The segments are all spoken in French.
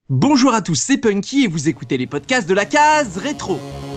Bonjour à tous, c'est Punky et vous écoutez les podcasts de la case rétro.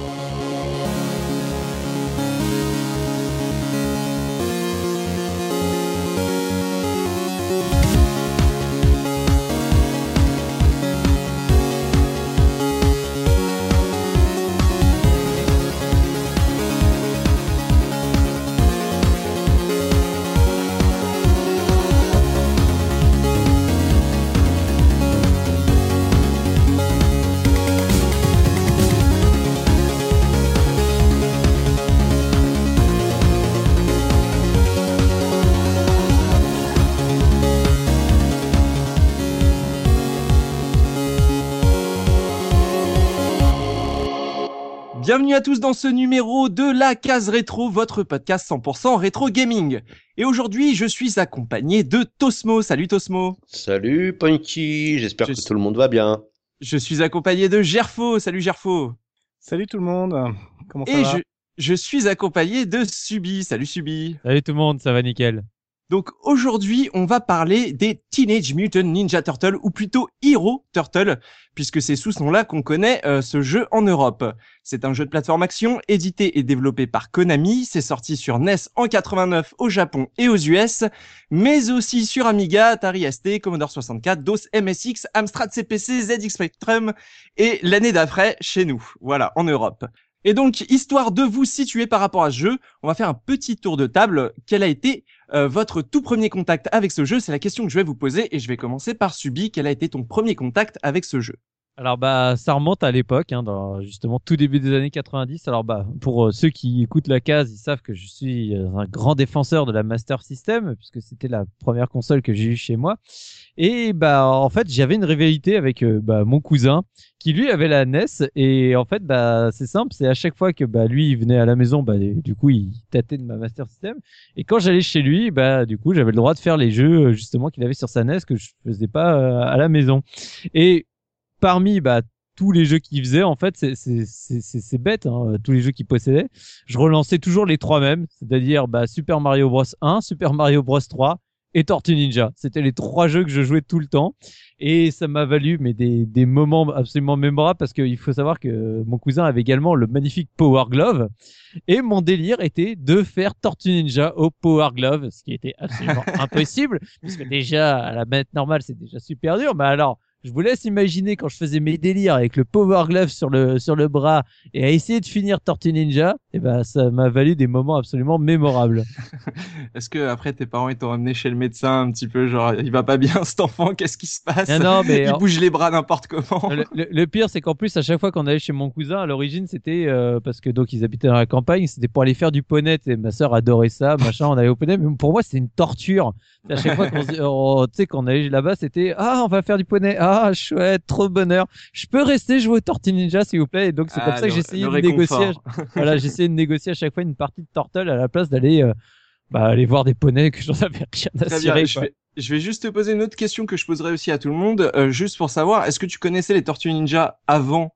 Bienvenue à tous dans ce numéro de la case rétro, votre podcast 100% rétro gaming. Et aujourd'hui, je suis accompagné de Tosmo. Salut Tosmo. Salut Punky, j'espère Je que suis- tout le monde va bien. Je suis accompagné de Gerfo. Salut Gerfo. Salut tout le monde, comment ça Et va? je suis accompagné de Subi. Salut Subi. Salut tout le monde, ça va nickel. Donc aujourd'hui, on va parler des Teenage Mutant Ninja Turtles, ou plutôt Hero Turtle, puisque c'est sous ce nom-là qu'on connaît ce jeu en Europe. C'est un jeu de plateforme action édité et développé par Konami. C'est sorti sur NES en 89 au Japon et aux US, mais aussi sur Amiga, Atari ST, Commodore 64, DOS, MSX, Amstrad CPC, ZX Spectrum et l'année d'après chez nous. Voilà, en Europe. Et donc, histoire de vous situer par rapport à ce jeu, on va faire un petit tour de table. Quel a été votre tout premier contact avec ce jeu? C'est la question que je vais vous poser et je vais commencer par Subi. Quel a été ton premier contact avec ce jeu? Alors ça remonte à l'époque, dans justement tout début des années 90. Alors pour ceux qui écoutent la case, ils savent que je suis un grand défenseur de la Master System puisque c'était la première console que j'ai eue chez moi. Et en fait j'avais une rivalité avec mon cousin qui lui avait la NES et en fait c'est simple, c'est à chaque fois que lui il venait à la maison, du coup il tâtait de ma Master System et quand j'allais chez lui, du coup j'avais le droit de faire les jeux justement qu'il avait sur sa NES que je faisais pas à la maison. Et parmi tous les jeux qu'il faisait, en fait, c'est bête, tous les jeux qu'il possédait. Je relançais toujours les trois mêmes, c'est-à-dire Super Mario Bros 1, Super Mario Bros 3 et Tortue Ninja. C'était les trois jeux que je jouais tout le temps. Et ça m'a valu des moments absolument mémorables parce qu'il faut savoir que mon cousin avait également le magnifique Power Glove. Et mon délire était de faire Tortue Ninja au Power Glove, ce qui était absolument impossible, puisque déjà, à la manette normale, c'est déjà super dur. Mais alors, je vous laisse imaginer quand je faisais mes délires avec le Power Glove sur le bras et à essayer de finir Tortue Ninja, ça m'a valu des moments absolument mémorables. Est-ce que après tes parents ils t'ont ramené chez le médecin un petit peu genre il va pas bien cet enfant, qu'est-ce qui se passe? Non, mais Il bouge les bras n'importe comment. le pire, c'est qu'en plus, à chaque fois qu'on allait chez mon cousin, à l'origine, c'était parce que donc ils habitaient dans la campagne, c'était pour aller faire du poney. Et ma sœur adorait ça, machin. On allait au poney, mais pour moi, c'était une torture. À chaque fois quand on allait là-bas, c'était on va faire du poney, chouette, trop de bonheur. Je peux rester jouer au Tortue Ninja, s'il vous plaît. Et donc c'est comme ça que j'essayais de négocier. Voilà, j'essayais de négocier à chaque fois une partie de Turtle à la place d'aller aller voir des poneys que j'en avais rien à Très cirer. bien, je vais juste te poser une autre question que je poserai aussi à tout le monde, juste pour savoir, est-ce que tu connaissais les Tortues Ninja avant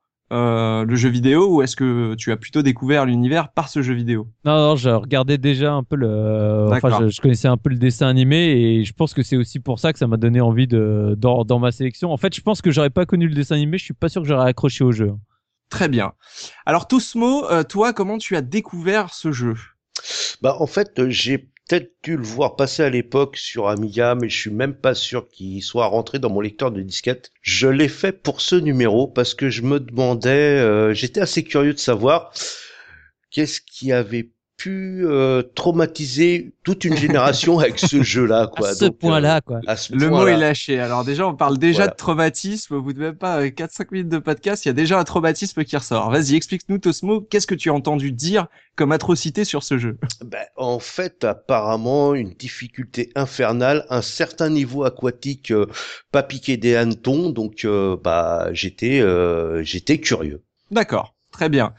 le jeu vidéo ou est-ce que tu as plutôt découvert l'univers par ce jeu vidéo? Non, je regardais déjà un peu je connaissais un peu le dessin animé et je pense que c'est aussi pour ça que ça m'a donné envie dans ma sélection. En fait, je pense que j'aurais pas connu le dessin animé, je suis pas sûr que j'aurais accroché au jeu. Très bien. Alors Tosmo, toi, comment tu as découvert ce jeu? En fait, j'ai peut-être dû le voir passer à l'époque sur Amiga, mais je suis même pas sûr qu'il soit rentré dans mon lecteur de disquette. Je l'ai fait pour ce numéro parce que je me demandais, j'étais assez curieux de savoir qu'est-ce qui avait pu traumatiser toute une génération avec ce jeu-là, quoi. À ce point-là, quoi. À ce Le mot point-là. est lâché. Alors déjà, on parle déjà Voilà. de traumatisme. Au bout de même pas 4-5 minutes de podcast, il y a déjà un traumatisme qui ressort. Vas-y, explique-nous, Tosmo, qu'est-ce que tu as entendu dire comme atrocité sur ce jeu? En fait, apparemment, une difficulté infernale, un certain niveau aquatique pas piqué des hannetons, donc j'étais curieux. D'accord, très bien.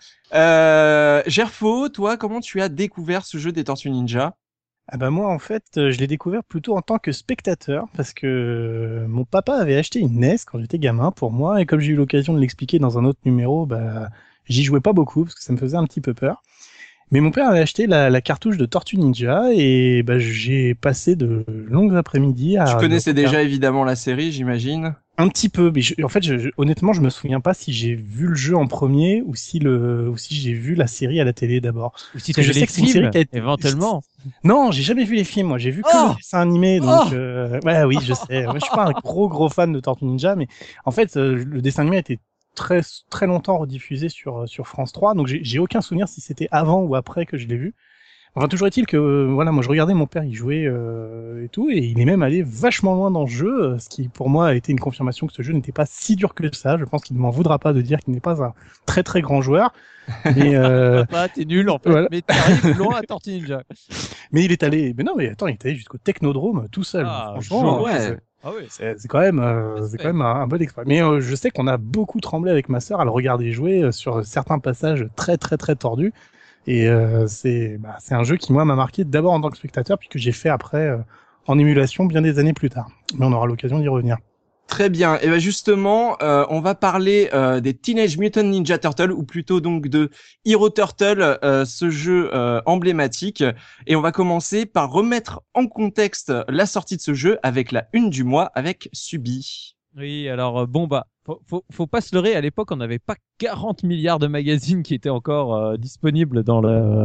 Gerfo, toi, comment tu as découvert ce jeu des Tortues Ninja? Moi en fait, je l'ai découvert plutôt en tant que spectateur parce que mon papa avait acheté une NES quand j'étais gamin pour moi et comme j'ai eu l'occasion de l'expliquer dans un autre numéro, j'y jouais pas beaucoup parce que ça me faisait un petit peu peur. Mais mon père avait acheté la cartouche de Tortue Ninja et j'ai passé de longues après-midi à... Tu connaissais déjà évidemment la série, j'imagine. Un petit peu, mais en fait, honnêtement, je me souviens pas si j'ai vu le jeu en premier ou si j'ai vu la série à la télé d'abord. Ou si Parce t'as que je vu les sais que c'est une série films, qui a été... éventuellement. Non, j'ai jamais vu les films, moi. J'ai vu que Oh le dessin animé, Oh donc ouais, oui, je sais. Moi, je suis pas un gros fan de Tortue Ninja, mais en fait, le dessin animé a été très longtemps rediffusé sur France 3, donc j'ai aucun souvenir si c'était avant ou après que je l'ai vu. Enfin, toujours est-il que, voilà, moi je regardais mon père y jouer et tout, et il est même allé vachement loin dans le jeu, ce qui pour moi a été une confirmation que ce jeu n'était pas si dur que ça. Je pense qu'il ne m'en voudra pas de dire qu'il n'est pas un très grand joueur, mais Papa, t'es nul en fait, voilà. mais t'arrives loin à Tortue Ninja. Mais il est allé, mais non, mais attends, il est allé jusqu'au Technodrome tout seul. Ah, Franchement, ouais. Ah oui. c'est quand même, un bon exploit. Mais je sais qu'on a beaucoup tremblé avec ma sœur à le regarder jouer sur certains passages très tordus. Et c'est un jeu qui moi m'a marqué d'abord en tant que spectateur, puis que j'ai fait après en émulation bien des années plus tard. Mais on aura l'occasion d'y revenir. Très bien. Et ben justement, on va parler des Teenage Mutant Ninja Turtles, ou plutôt donc de Hero Turtle, ce jeu emblématique. Et on va commencer par remettre en contexte la sortie de ce jeu avec la une du mois avec Subi. Oui, alors bon bah, faut pas se leurrer. À l'époque, on n'avait pas 40 milliards de magazines qui étaient encore disponibles dans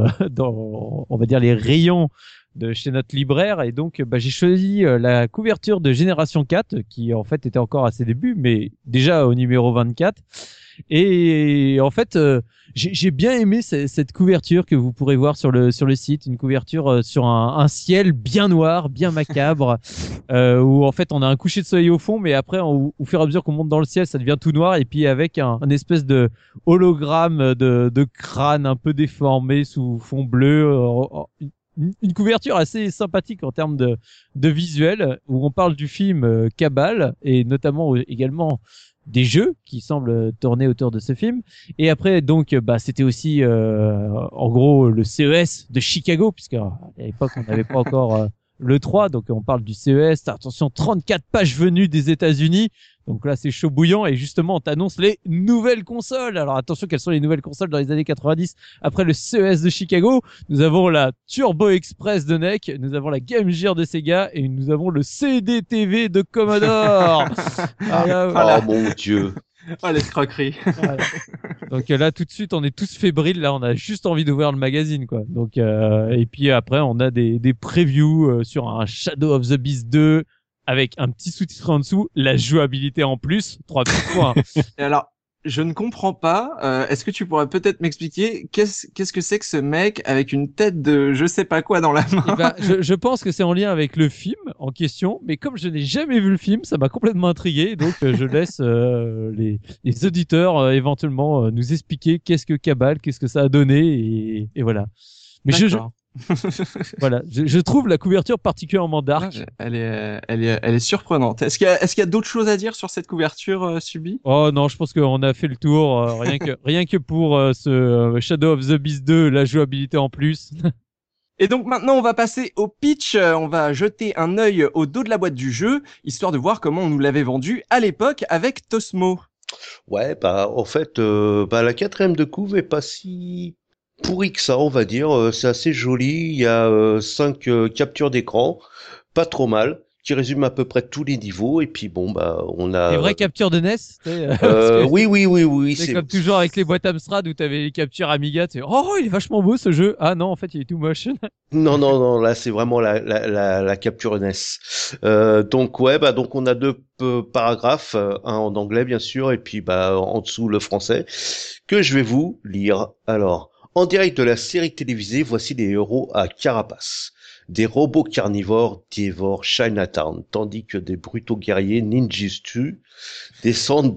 on va dire les rayons de chez notre libraire, et donc bah, j'ai choisi la couverture de Génération 4 qui en fait était encore à ses débuts, mais déjà au numéro 24. Et en fait, j'ai bien aimé cette couverture que vous pourrez voir sur le site, une couverture sur un ciel bien noir, bien macabre, où en fait on a un coucher de soleil au fond, mais après au fur et à mesure qu'on monte dans le ciel, ça devient tout noir, et puis avec un espèce de hologramme de crâne un peu déformé sous fond bleu. Une couverture assez sympathique en termes de visuel, où on parle du film Cabal, et notamment également des jeux qui semblent tourner autour de ce film. Et après, donc, bah, c'était aussi, en gros, le CES de Chicago, puisque à l'époque, on n'avait pas encore le 3, donc on parle du CES. Attention, 34 pages venues des États-Unis. Donc là, c'est chaud bouillant, et justement, on t'annonce les nouvelles consoles. Alors attention, quelles sont les nouvelles consoles dans les années 90? Après le CES de Chicago, nous avons la Turbo Express de NEC, nous avons la Game Gear de Sega, et nous avons le CD-TV de Commodore. Oh mon Dieu. Oh, l'escroquerie. Voilà. Donc là, tout de suite, on est tous fébriles. Là, on a juste envie d'ouvrir le magazine, quoi. Donc, et puis après, on a des previews sur un Shadow of the Beast 2 avec un petit sous-titre en dessous, la jouabilité en plus, 3 petits points. Et alors, je ne comprends pas. Est-ce que tu pourrais peut-être m'expliquer qu'est-ce que c'est que ce mec avec une tête de je sais pas quoi dans la main? Eh ben, je pense que c'est en lien avec le film en question, mais comme je n'ai jamais vu le film, ça m'a complètement intrigué. Donc, je laisse les auditeurs éventuellement nous expliquer qu'est-ce que Cabal, qu'est-ce que ça a donné, et voilà. Mais voilà, je trouve la couverture particulièrement dark. Elle est surprenante. Est-ce qu'il y a d'autres choses à dire sur cette couverture Subi? Oh non, je pense qu'on a fait le tour. Rien que pour ce Shadow of the Beast 2, la jouabilité en plus. Et donc maintenant, on va passer au pitch. On va jeter un œil au dos de la boîte du jeu, histoire de voir comment on nous l'avait vendu à l'époque avec Tosmo. Ouais, bah en fait, la 4ème de couve est pas si pourri que ça, on va dire. C'est assez joli. Il y a 5 captures d'écran, pas trop mal, qui résument à peu près tous les niveaux. Et puis bon, bah on a. Des vraies captures de NES. Oui. C'est comme toujours avec les boîtes Amstrad où t'avais les captures Amiga. Tu sais, oh, il est vachement beau ce jeu. Ah non, en fait, il est tout moche. Non, là c'est vraiment la capture NES. Donc ouais, donc on a 2 paragraphes, un en anglais bien sûr, et puis en dessous le français, que je vais vous lire. Alors, en direct de la série télévisée, voici les héros à carapace. Des robots carnivores dévorent Chinatown, tandis que des brutaux guerriers ninjutsu descendants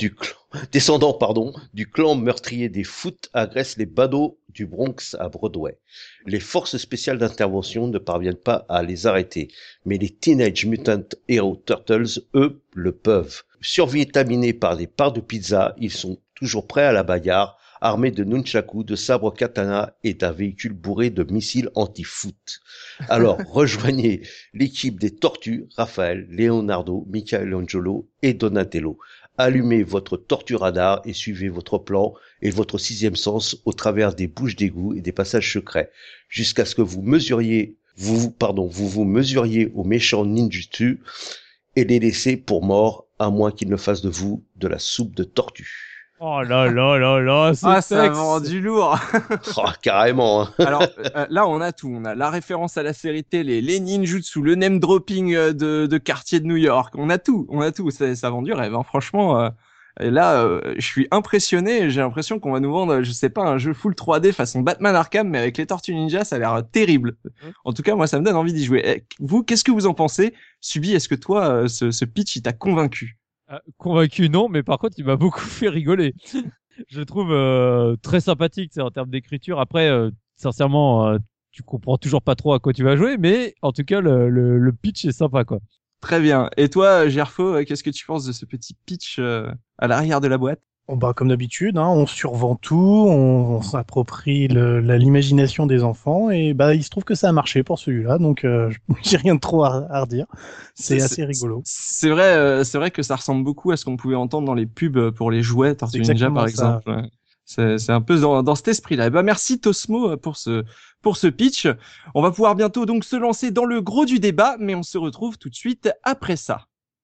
du clan meurtrier des Foot agressent les badauds du Bronx à Broadway. Les forces spéciales d'intervention ne parviennent pas à les arrêter, mais les Teenage Mutant Hero Turtles, eux, le peuvent. Survitaminés par des parts de pizza, ils sont toujours prêts à la bagarre, armés de nunchaku, de sabres katana et d'un véhicule bourré de missiles anti-foot. Alors, rejoignez l'équipe des Tortues, Raphaël, Leonardo, Michelangelo et Donatello. Allumez votre tortue radar et suivez votre plan et votre 6e sens au travers des bouches d'égout et des passages secrets, jusqu'à ce que vous vous mesuriez aux méchants ninjutsu et les laisser pour morts, à moins qu'ils ne fassent de vous de la soupe de tortue. Oh là là là là, ce Ah, ça texte. vend du lourd. Oh, carrément. Hein. Alors là, on a tout. On a la référence à la série télé, les ninjutsu, le name dropping de quartier de New York. On a tout. Ça vend du rêve. Hein. Franchement, et là, je suis impressionné. J'ai l'impression qu'on va nous vendre, je sais pas, un jeu full 3D façon Batman Arkham, mais avec les Tortues Ninja, ça a l'air terrible. En tout cas, moi, ça me donne envie d'y jouer. Et vous, qu'est-ce que vous en pensez? Subi, est-ce que toi, ce pitch, il t'a convaincu? Convaincu non, mais par contre il m'a beaucoup fait rigoler. Je le trouve très sympathique, c'est en termes d'écriture. Après, sincèrement, tu comprends toujours pas trop à quoi tu vas jouer, mais en tout cas le pitch est sympa quoi. Très bien. Et toi, Gerfo, qu'est-ce que tu penses de ce petit pitch à l'arrière de la boîte? Bon, bah, comme d'habitude, hein, on survend tout, on s'approprie l'imagination des enfants, et bah, il se trouve que ça a marché pour celui-là, donc j'ai rien de trop à redire. C'est assez rigolo. C'est vrai que ça ressemble beaucoup à ce qu'on pouvait entendre dans les pubs pour les jouets Tortue Ninja, exactement par ça. exemple. Ouais. C'est un peu dans cet esprit-là. Et ben merci Tosmo pour ce pitch. On va pouvoir bientôt donc se lancer dans le gros du débat, mais on se retrouve tout de suite après ça.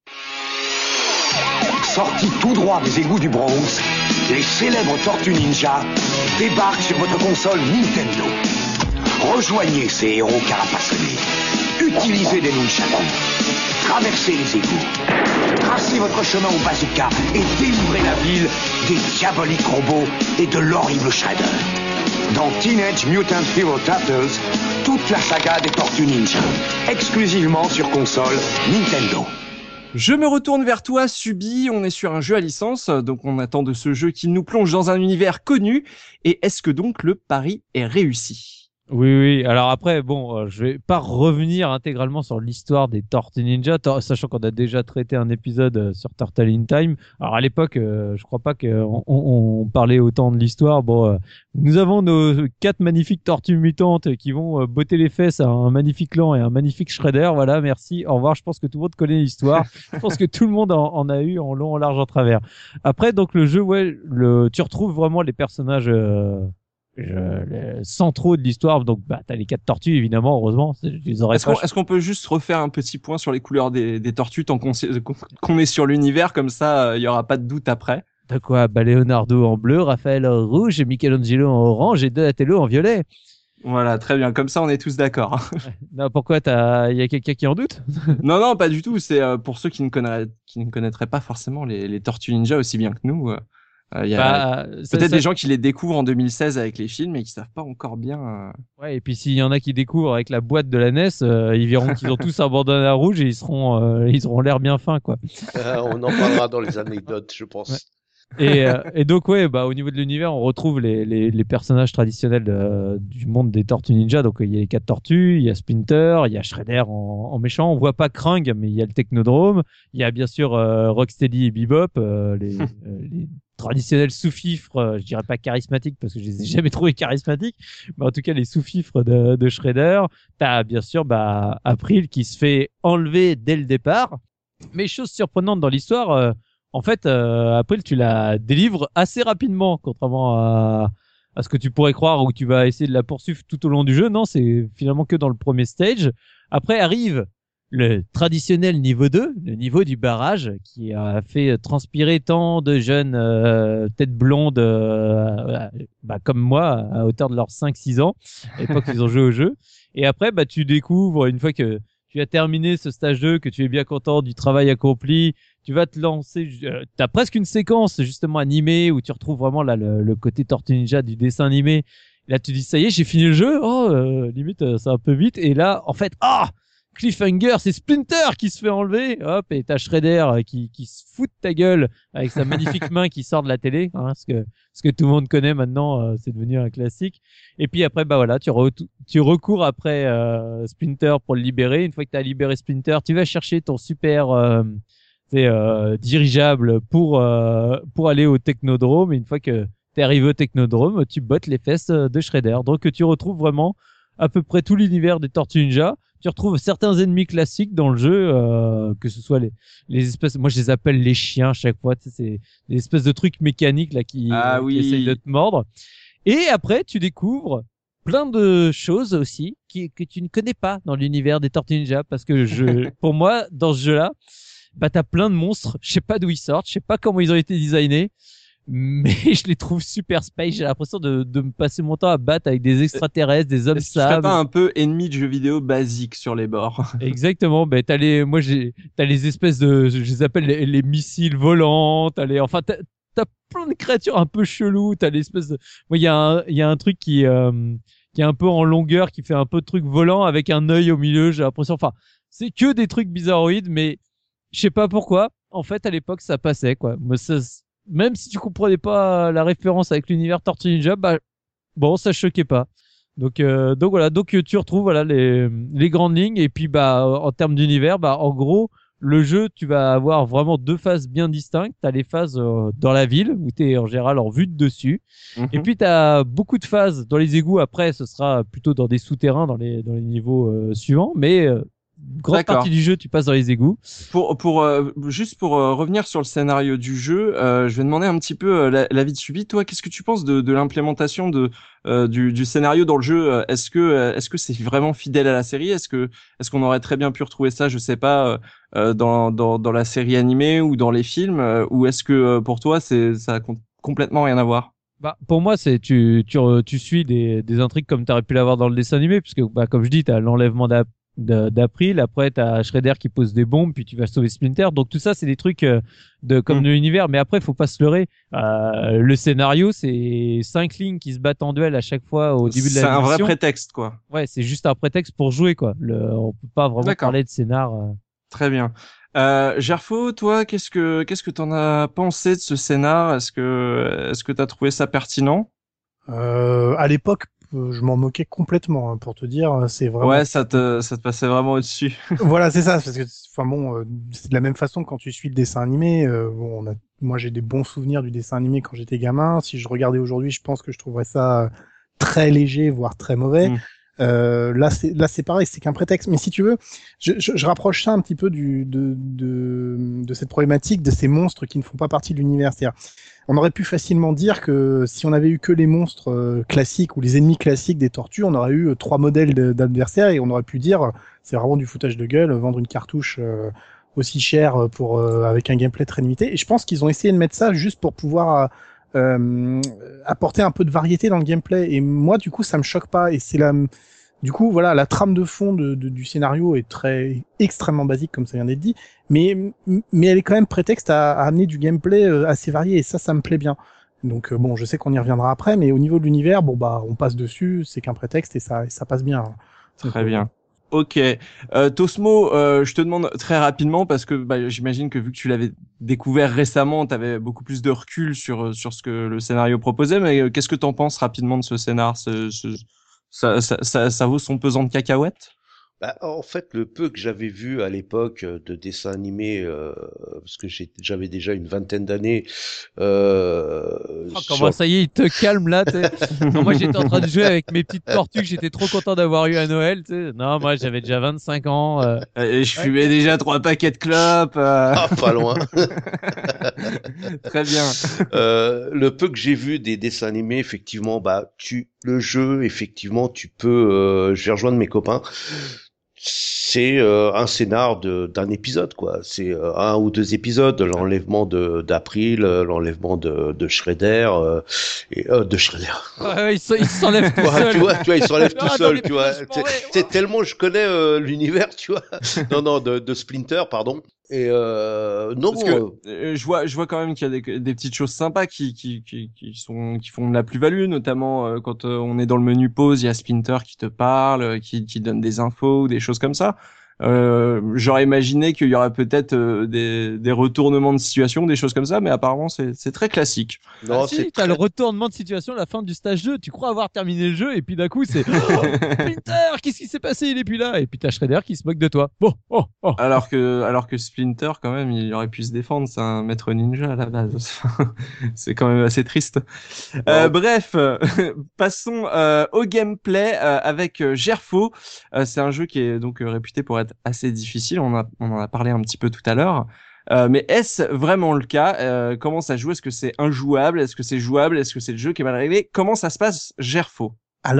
Sortis tout droit des égouts du Bronx, les célèbres Tortues Ninja débarquent sur votre console Nintendo. Rejoignez ces héros carapassonnés. Utilisez des nunchakus. Traversez les égouts. Tracez votre chemin au bazooka et délivrez la ville des diaboliques robots et de l'horrible Shredder. Dans Teenage Mutant Hero Turtles, toute la saga des Tortues Ninja. Exclusivement sur console Nintendo. Je me retourne vers toi, Subi. On est sur un jeu à licence, donc on attend de ce jeu qu'il nous plonge dans un univers connu. Et est-ce que donc le pari est réussi? Oui. Alors après, bon, je vais pas revenir intégralement sur l'histoire des Tortues Ninja, sachant qu'on a déjà traité un épisode sur Turtle in Time. Alors à l'époque, je crois pas qu'on parlait autant de l'histoire. Bon, nous avons nos 4 magnifiques tortues mutantes qui vont botter les fesses à un magnifique clan et un magnifique Shredder. Voilà, merci, au revoir. Je pense que tout le monde connaît l'histoire. Je pense que tout le monde en a eu en long, en large, en travers. Après, donc le jeu, ouais, tu retrouves vraiment les personnages centraux de l'histoire. Donc bah t'as les 4 tortues évidemment, heureusement, je les aurais pas. Est-ce qu'on peut juste refaire un petit point sur les couleurs des tortues tant qu'on est sur l'univers, comme ça il y aura pas de doute après. De quoi? Bah Leonardo en bleu, Raphaël en rouge, Michelangelo en orange et Donatello en violet. Voilà, très bien, comme ça on est tous d'accord. Non, pourquoi il y a quelqu'un qui en doute? Non, pas du tout, c'est pour ceux qui ne connaîtraient pas forcément les Tortues Ninja aussi bien que nous. Il y a peut-être des gens qui les découvrent en 2016 avec les films et qui savent pas encore bien. Ouais, et puis s'il y en a qui découvrent avec la boîte de la NES, ils verront qu'ils ont tous un bandana rouge et ils auront l'air bien fins, quoi. On en parlera dans les anecdotes, je pense. Ouais. Et donc ouais, bah au niveau de l'univers, on retrouve les personnages traditionnels du monde des Tortues Ninja. Donc il y a les 4 tortues, il y a Splinter, il y a Shredder en méchant. On voit pas Krang, mais il y a le Technodrome. Il y a bien sûr Rocksteady et Bebop, les traditionnels sous-fifres. Je dirais pas charismatiques parce que je les ai jamais trouvés charismatiques, mais en tout cas les sous-fifres de Shredder. T'as bien sûr April qui se fait enlever dès le départ. Mais chose surprenante dans l'histoire. En fait, April, tu la délivres assez rapidement, contrairement à ce que tu pourrais croire, où tu vas essayer de la poursuivre tout au long du jeu. Non, c'est finalement que dans le premier stage. Après arrive le traditionnel niveau 2, le niveau du barrage, qui a fait transpirer tant de jeunes têtes blondes comme moi, à hauteur de leurs 5-6 ans. À l'époque, ils ont joué au jeu. Et après, tu découvres, une fois que tu as terminé ce stage 2, que tu es bien content du travail accompli, tu vas te lancer, t'as presque une séquence justement animée où tu retrouves vraiment là le côté Tortue Ninja du dessin animé. Là tu dis ça y est, j'ai fini le jeu. Limite c'est un peu vite. Et là en fait, cliffhanger, c'est Splinter qui se fait enlever. Hop, et t'as Shredder qui se fout de ta gueule avec sa magnifique main qui sort de la télé, hein, ce que tout le monde connaît maintenant, c'est devenu un classique. Et puis après voilà, tu recours après Splinter pour le libérer. Une fois que t'as libéré Splinter, tu vas chercher ton super dirigeable pour aller au Technodrome. Et une fois que t'es arrivé au Technodrome, tu bottes les fesses de Shredder. Donc tu retrouves vraiment à peu près tout l'univers des Tortues Ninja. Tu retrouves certains ennemis classiques dans le jeu, que ce soit les espèces, moi je les appelle les chiens chaque fois, tu sais, c'est des espèces de trucs mécaniques là qui essayent de te mordre. Et après tu découvres plein de choses aussi que tu ne connais pas dans l'univers des Tortues Ninja, parce que pour moi dans ce jeu-là, bah t'as plein de monstres. Je sais pas d'où ils sortent, je sais pas comment ils ont été designés, mais je les trouve super space. J'ai l'impression de me passer mon temps à battre avec des extraterrestres, des hommes Est-ce que tu serais sables. pas un peu ennemi de jeux vidéo basiques sur les bords? Exactement. Ben t'as les espèces de, je les appelle les missiles volants. T'as plein de créatures un peu cheloues. T'as l'espèce de, moi il y a un truc qui est un peu en longueur, qui fait un peu de truc volant avec un œil au milieu. J'ai l'impression, enfin, c'est que des trucs bizarroïdes, mais je sais pas pourquoi. En fait, à l'époque, ça passait, quoi. Moi, même si tu comprenais pas la référence avec l'univers Tortue Ninja, bah, bon, ça choquait pas. Donc voilà, tu retrouves voilà les grandes lignes et puis bah en termes d'univers, bah en gros le jeu tu vas avoir vraiment deux phases bien distinctes. T'as les phases dans la ville où t'es en général en vue de dessus, et puis t'as beaucoup de phases dans les égouts. Après, ce sera plutôt dans des souterrains dans les niveaux suivants, mais grande D'accord. partie du jeu tu passes dans les égouts. Juste pour revenir sur le scénario du jeu, je vais demander un petit peu l'avis de Subi. Toi, qu'est-ce que tu penses de l'implémentation du scénario dans le jeu? Est-ce que c'est vraiment fidèle à la série? Est-ce qu'on aurait très bien pu retrouver ça, je sais pas, dans la série animée ou dans les films, ou est-ce que pour toi ça a complètement rien à voir? Bah, pour moi, c'est tu suis des intrigues comme tu aurais pu l'avoir dans le dessin animé, puisque bah, comme je dis, tu as l'enlèvement d'April, après tu as Shredder qui pose des bombes, puis tu vas sauver Splinter. Donc tout ça, c'est des trucs comme de l'univers, mais après, faut pas se leurrer. Le scénario, c'est 5 lignes qui se battent en duel à chaque fois au début de la C'est un vrai mission. prétexte, quoi. Ouais, c'est juste un prétexte pour jouer, quoi. On peut pas vraiment D'accord. parler de scénar. Très bien. Gerfo, toi, qu'est-ce que t'en as pensé de ce scénar? Est-ce que t'as trouvé ça pertinent? À l'époque, je m'en moquais complètement, hein, pour te dire. C'est vraiment. Ouais, ça te passait vraiment au-dessus. Voilà, c'est ça. Parce que, enfin bon, c'est de la même façon quand tu suis le dessin animé. Bon, moi, j'ai des bons souvenirs du dessin animé quand j'étais gamin. Si je regardais aujourd'hui, je pense que je trouverais ça très léger, voire très mauvais. Là, c'est pareil, c'est qu'un prétexte. Mais si tu veux, je rapproche ça un petit peu de cette problématique de ces monstres qui ne font pas partie de l'univers. C'est-à-dire, on aurait pu facilement dire que si on avait eu que les monstres classiques ou les ennemis classiques des tortues, on aurait eu 3 modèles d'adversaires et on aurait pu dire c'est vraiment du foutage de gueule, vendre une cartouche aussi chère pour avec un gameplay très limité. Et je pense qu'ils ont essayé de mettre ça juste pour pouvoir apporter un peu de variété dans le gameplay. Et moi, du coup, ça me choque pas. Et c'est du coup, voilà, la trame de fond du scénario est extrêmement basique, comme ça vient d'être dit, mais elle est quand même prétexte à amener du gameplay assez varié, et ça me plaît bien. Donc bon, je sais qu'on y reviendra après, mais au niveau de l'univers, bon bah, on passe dessus, c'est qu'un prétexte et ça passe bien. Très bien. Ok. Tosmo, je te demande très rapidement parce que bah, j'imagine que vu que tu l'avais découvert récemment, tu avais beaucoup plus de recul sur ce que le scénario proposait, mais qu'est-ce que t'en penses rapidement de ce scénar? Ça vaut son pesant de cacahuètes? Bah, en fait, le peu que j'avais vu à l'époque de dessins animés, parce que j'avais déjà une vingtaine d'années. Comment ça y est, il te calme là. Non, moi j'étais en train de jouer avec mes petites tortues que j'étais trop content d'avoir eu à Noël. T'sais. Non, moi j'avais déjà 25 ans. Et je fumais déjà 3 paquets de clopes. Ah, pas loin. Très bien. Le peu que j'ai vu des dessins animés, effectivement, bah le jeu, effectivement, tu peux. Je vais rejoindre mes copains. C'est un scénar d'un épisode, quoi. C'est 1 ou 2 épisodes, l'enlèvement d'April, l'enlèvement de Shredder et de Shredder. Ouais, il s'enlève tout seul. Tu vois, il s'enlève tout Ah, seul, tu vois. C'est tellement je connais l'univers, tu vois. Non, de Splinter, pardon. Et non. Parce que je vois quand même qu'il y a des petites choses sympas qui font de la plus-value, notamment quand on est dans le menu pause, il y a Splinter qui te parle, qui donne des infos ou des choses comme ça. J'aurais imaginé qu'il y aurait peut-être des retournements de situation, des choses comme ça, mais apparemment c'est très classique. Non, ah, si, t'as le retournement de situation à la fin du stage 2. Tu crois avoir terminé le jeu et puis d'un coup c'est Splinter, qu'est-ce qui s'est passé? Il est plus là. Et puis t'as Shredder qui se moque de toi. Bon, Alors que Splinter quand même, il aurait pu se défendre, c'est un maître ninja à la base. C'est quand même assez triste. Bref, passons au gameplay avec Gerfo. C'est un jeu qui est donc réputé pour être assez difficile. On en a parlé un petit peu tout à l'heure. Mais est-ce vraiment le cas? Comment ça joue? Est-ce que c'est injouable? Est-ce que c'est jouable? Est-ce que c'est le jeu qui est mal réglé? Comment ça se passe, Gerfo? Alors,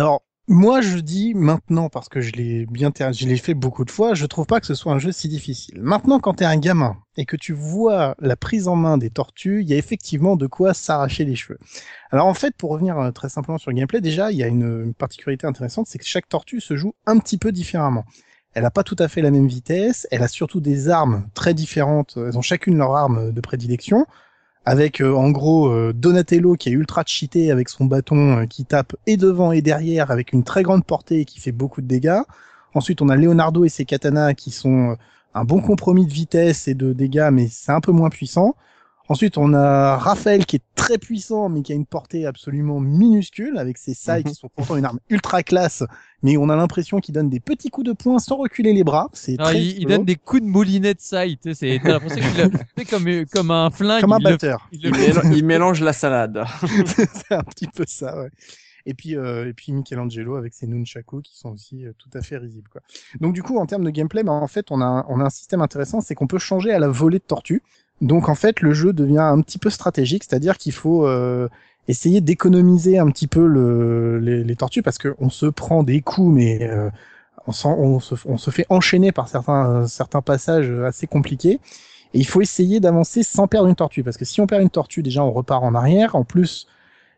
Moi, je dis maintenant, parce que je l'ai fait beaucoup de fois, je trouve pas que ce soit un jeu si difficile. Maintenant, quand t'es un gamin et que tu vois la prise en main des tortues, il y a effectivement de quoi s'arracher les cheveux. Alors en fait, pour revenir très simplement sur le gameplay, déjà, il y a une particularité intéressante, c'est que chaque tortue se joue un petit peu différemment. Elle a pas tout à fait la même vitesse, elle a surtout des armes très différentes, elles ont chacune leur arme de prédilection, avec en gros Donatello qui est ultra cheaté avec son bâton qui tape et devant et derrière avec une très grande portée et qui fait beaucoup de dégâts. Ensuite, on a Leonardo et ses katanas qui sont un bon compromis de vitesse et de dégâts, mais c'est un peu moins puissant. Ensuite, on a Raphaël qui est très puissant, mais qui a une portée absolument minuscule, avec ses sailles qui sont pourtant une arme ultra classe, mais on a l'impression qu'il donne des petits coups de poing sans reculer les bras. C'est très il donne des coups de moulinet de saille, tu sais, t'as l'impression qu'il le fait comme un flingue. comme un batteur. Il mélange la salade. C'est un petit peu ça, ouais. Et puis Michelangelo avec ses nunchaku qui sont aussi tout à fait risibles, quoi. Donc du coup, en termes de gameplay, bah, en fait, on a un système intéressant, c'est qu'on peut changer à la volée de tortue. Donc en fait, le jeu devient un petit peu stratégique, c'est-à-dire qu'il faut essayer d'économiser un petit peu les tortues parce que on se prend des coups, mais on se fait enchaîner par certains passages assez compliqués. Et il faut essayer d'avancer sans perdre une tortue, parce que si on perd une tortue, déjà on repart en arrière. En plus,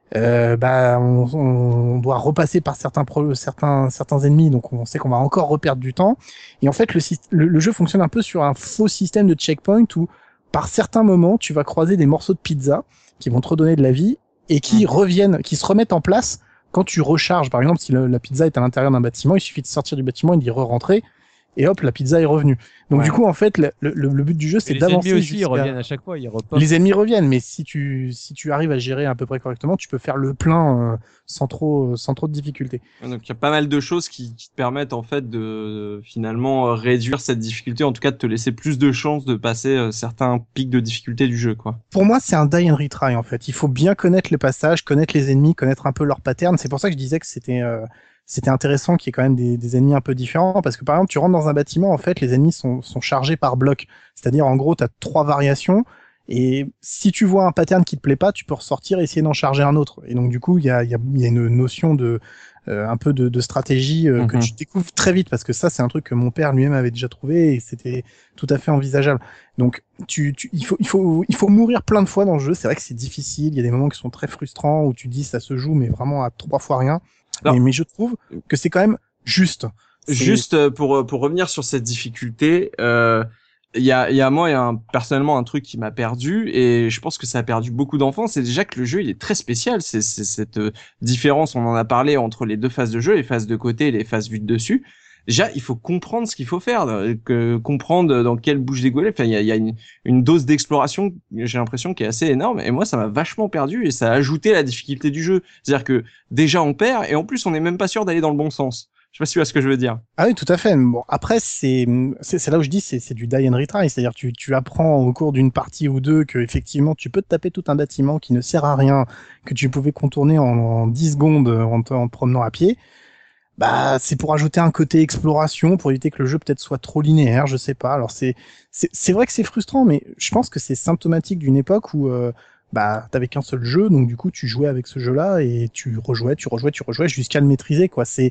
on doit repasser par certains ennemis, donc on sait qu'on va encore reperdre du temps. Et en fait, le jeu fonctionne un peu sur un faux système de checkpoint où par certains moments, tu vas croiser des morceaux de pizza qui vont te redonner de la vie et qui se remettent en place quand tu recharges. Par exemple, si la pizza est à l'intérieur d'un bâtiment, il suffit de sortir du bâtiment et d'y re-rentrer, et hop, la pizza est revenue. Donc du coup, en fait, le but du jeu, c'est d'avancer. Les ennemis aussi, ils reviennent à chaque fois, ils repartent. Les ennemis reviennent, mais si tu arrives à gérer à peu près correctement, tu peux faire le plein sans trop de difficultés. Donc il y a pas mal de choses qui te permettent en fait de finalement réduire cette difficulté, en tout cas de te laisser plus de chances de passer certains pics de difficulté du jeu, quoi. Pour moi, c'est un die and retry en fait. Il faut bien connaître les passages, connaître les ennemis, connaître un peu leurs patterns. C'est pour ça que je disais que c'était intéressant qu'il y ait quand même des ennemis un peu différents, parce que par exemple, tu rentres dans un bâtiment, en fait, les ennemis sont chargés par bloc. C'est-à-dire, en gros, tu as 3 variations, et si tu vois un pattern qui te plaît pas, tu peux ressortir et essayer d'en charger un autre. Et donc, du coup, il y a une notion de un peu de stratégie que tu découvres très vite, parce que ça, c'est un truc que mon père lui-même avait déjà trouvé, et c'était tout à fait envisageable. Donc, il faut mourir plein de fois dans le jeu. C'est vrai que c'est difficile. Il y a des moments qui sont très frustrants où tu dis ça se joue, mais vraiment à 3 fois rien. Mais je trouve que c'est quand même juste. Juste pour revenir sur cette difficulté, il y a personnellement un truc qui m'a perdu, et je pense que ça a perdu beaucoup d'enfants. C'est déjà que le jeu il est très spécial. C'est cette différence, on en a parlé, entre les deux phases de jeu, les phases de côté et les phases vues de dessus. Déjà, il faut comprendre ce qu'il faut faire, comprendre dans quelle bouche dégoler. Enfin, il y a une dose d'exploration, j'ai l'impression, qui est assez énorme. Et moi, ça m'a vachement perdu, et ça a ajouté la difficulté du jeu. C'est-à-dire que déjà on perd, et en plus on n'est même pas sûr d'aller dans le bon sens. Je sais pas si tu vois ce que je veux dire. Ah oui, tout à fait. Bon, après, c'est là où je dis c'est du die and retry. C'est-à-dire tu apprends au cours d'une partie ou deux que effectivement tu peux te taper tout un bâtiment qui ne sert à rien, que tu pouvais contourner en 10 secondes en te promenant à pied. Bah, c'est pour ajouter un côté exploration, pour éviter que le jeu peut-être soit trop linéaire, je sais pas. Alors c'est vrai que c'est frustrant, mais je pense que c'est symptomatique d'une époque où bah t'avais qu'un seul jeu, donc du coup tu jouais avec ce jeu-là et tu rejouais jusqu'à le maîtriser, quoi. C'est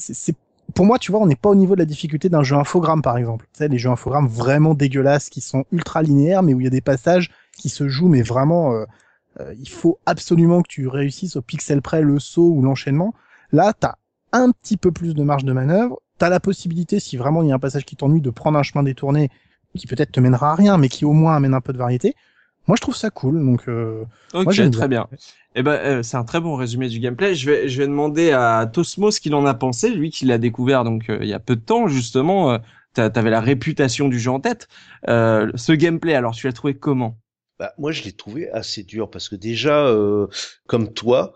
pour moi, tu vois, on n'est pas au niveau de la difficulté d'un jeu infogramme, par exemple. Tu sais, les jeux infogrammes vraiment dégueulasses qui sont ultra linéaires, mais où il y a des passages qui se jouent, mais vraiment il faut absolument que tu réussisses au pixel près le saut ou l'enchaînement. Là, t'as un petit peu plus de marge de manœuvre. T'as la possibilité, si vraiment il y a un passage qui t'ennuie, de prendre un chemin détourné qui peut-être te mènera à rien, mais qui au moins amène un peu de variété. Moi, je trouve ça cool. Donc, moi, j'aime très bien. Eh ben, c'est un très bon résumé du gameplay. Je vais demander à Tosmo ce qu'il en a pensé, lui qui l'a découvert donc il y a peu de temps justement. T'avais la réputation du jeu en tête. Ce gameplay, alors tu l'as trouvé comment? Bah, moi, je l'ai trouvé assez dur parce que déjà, comme toi,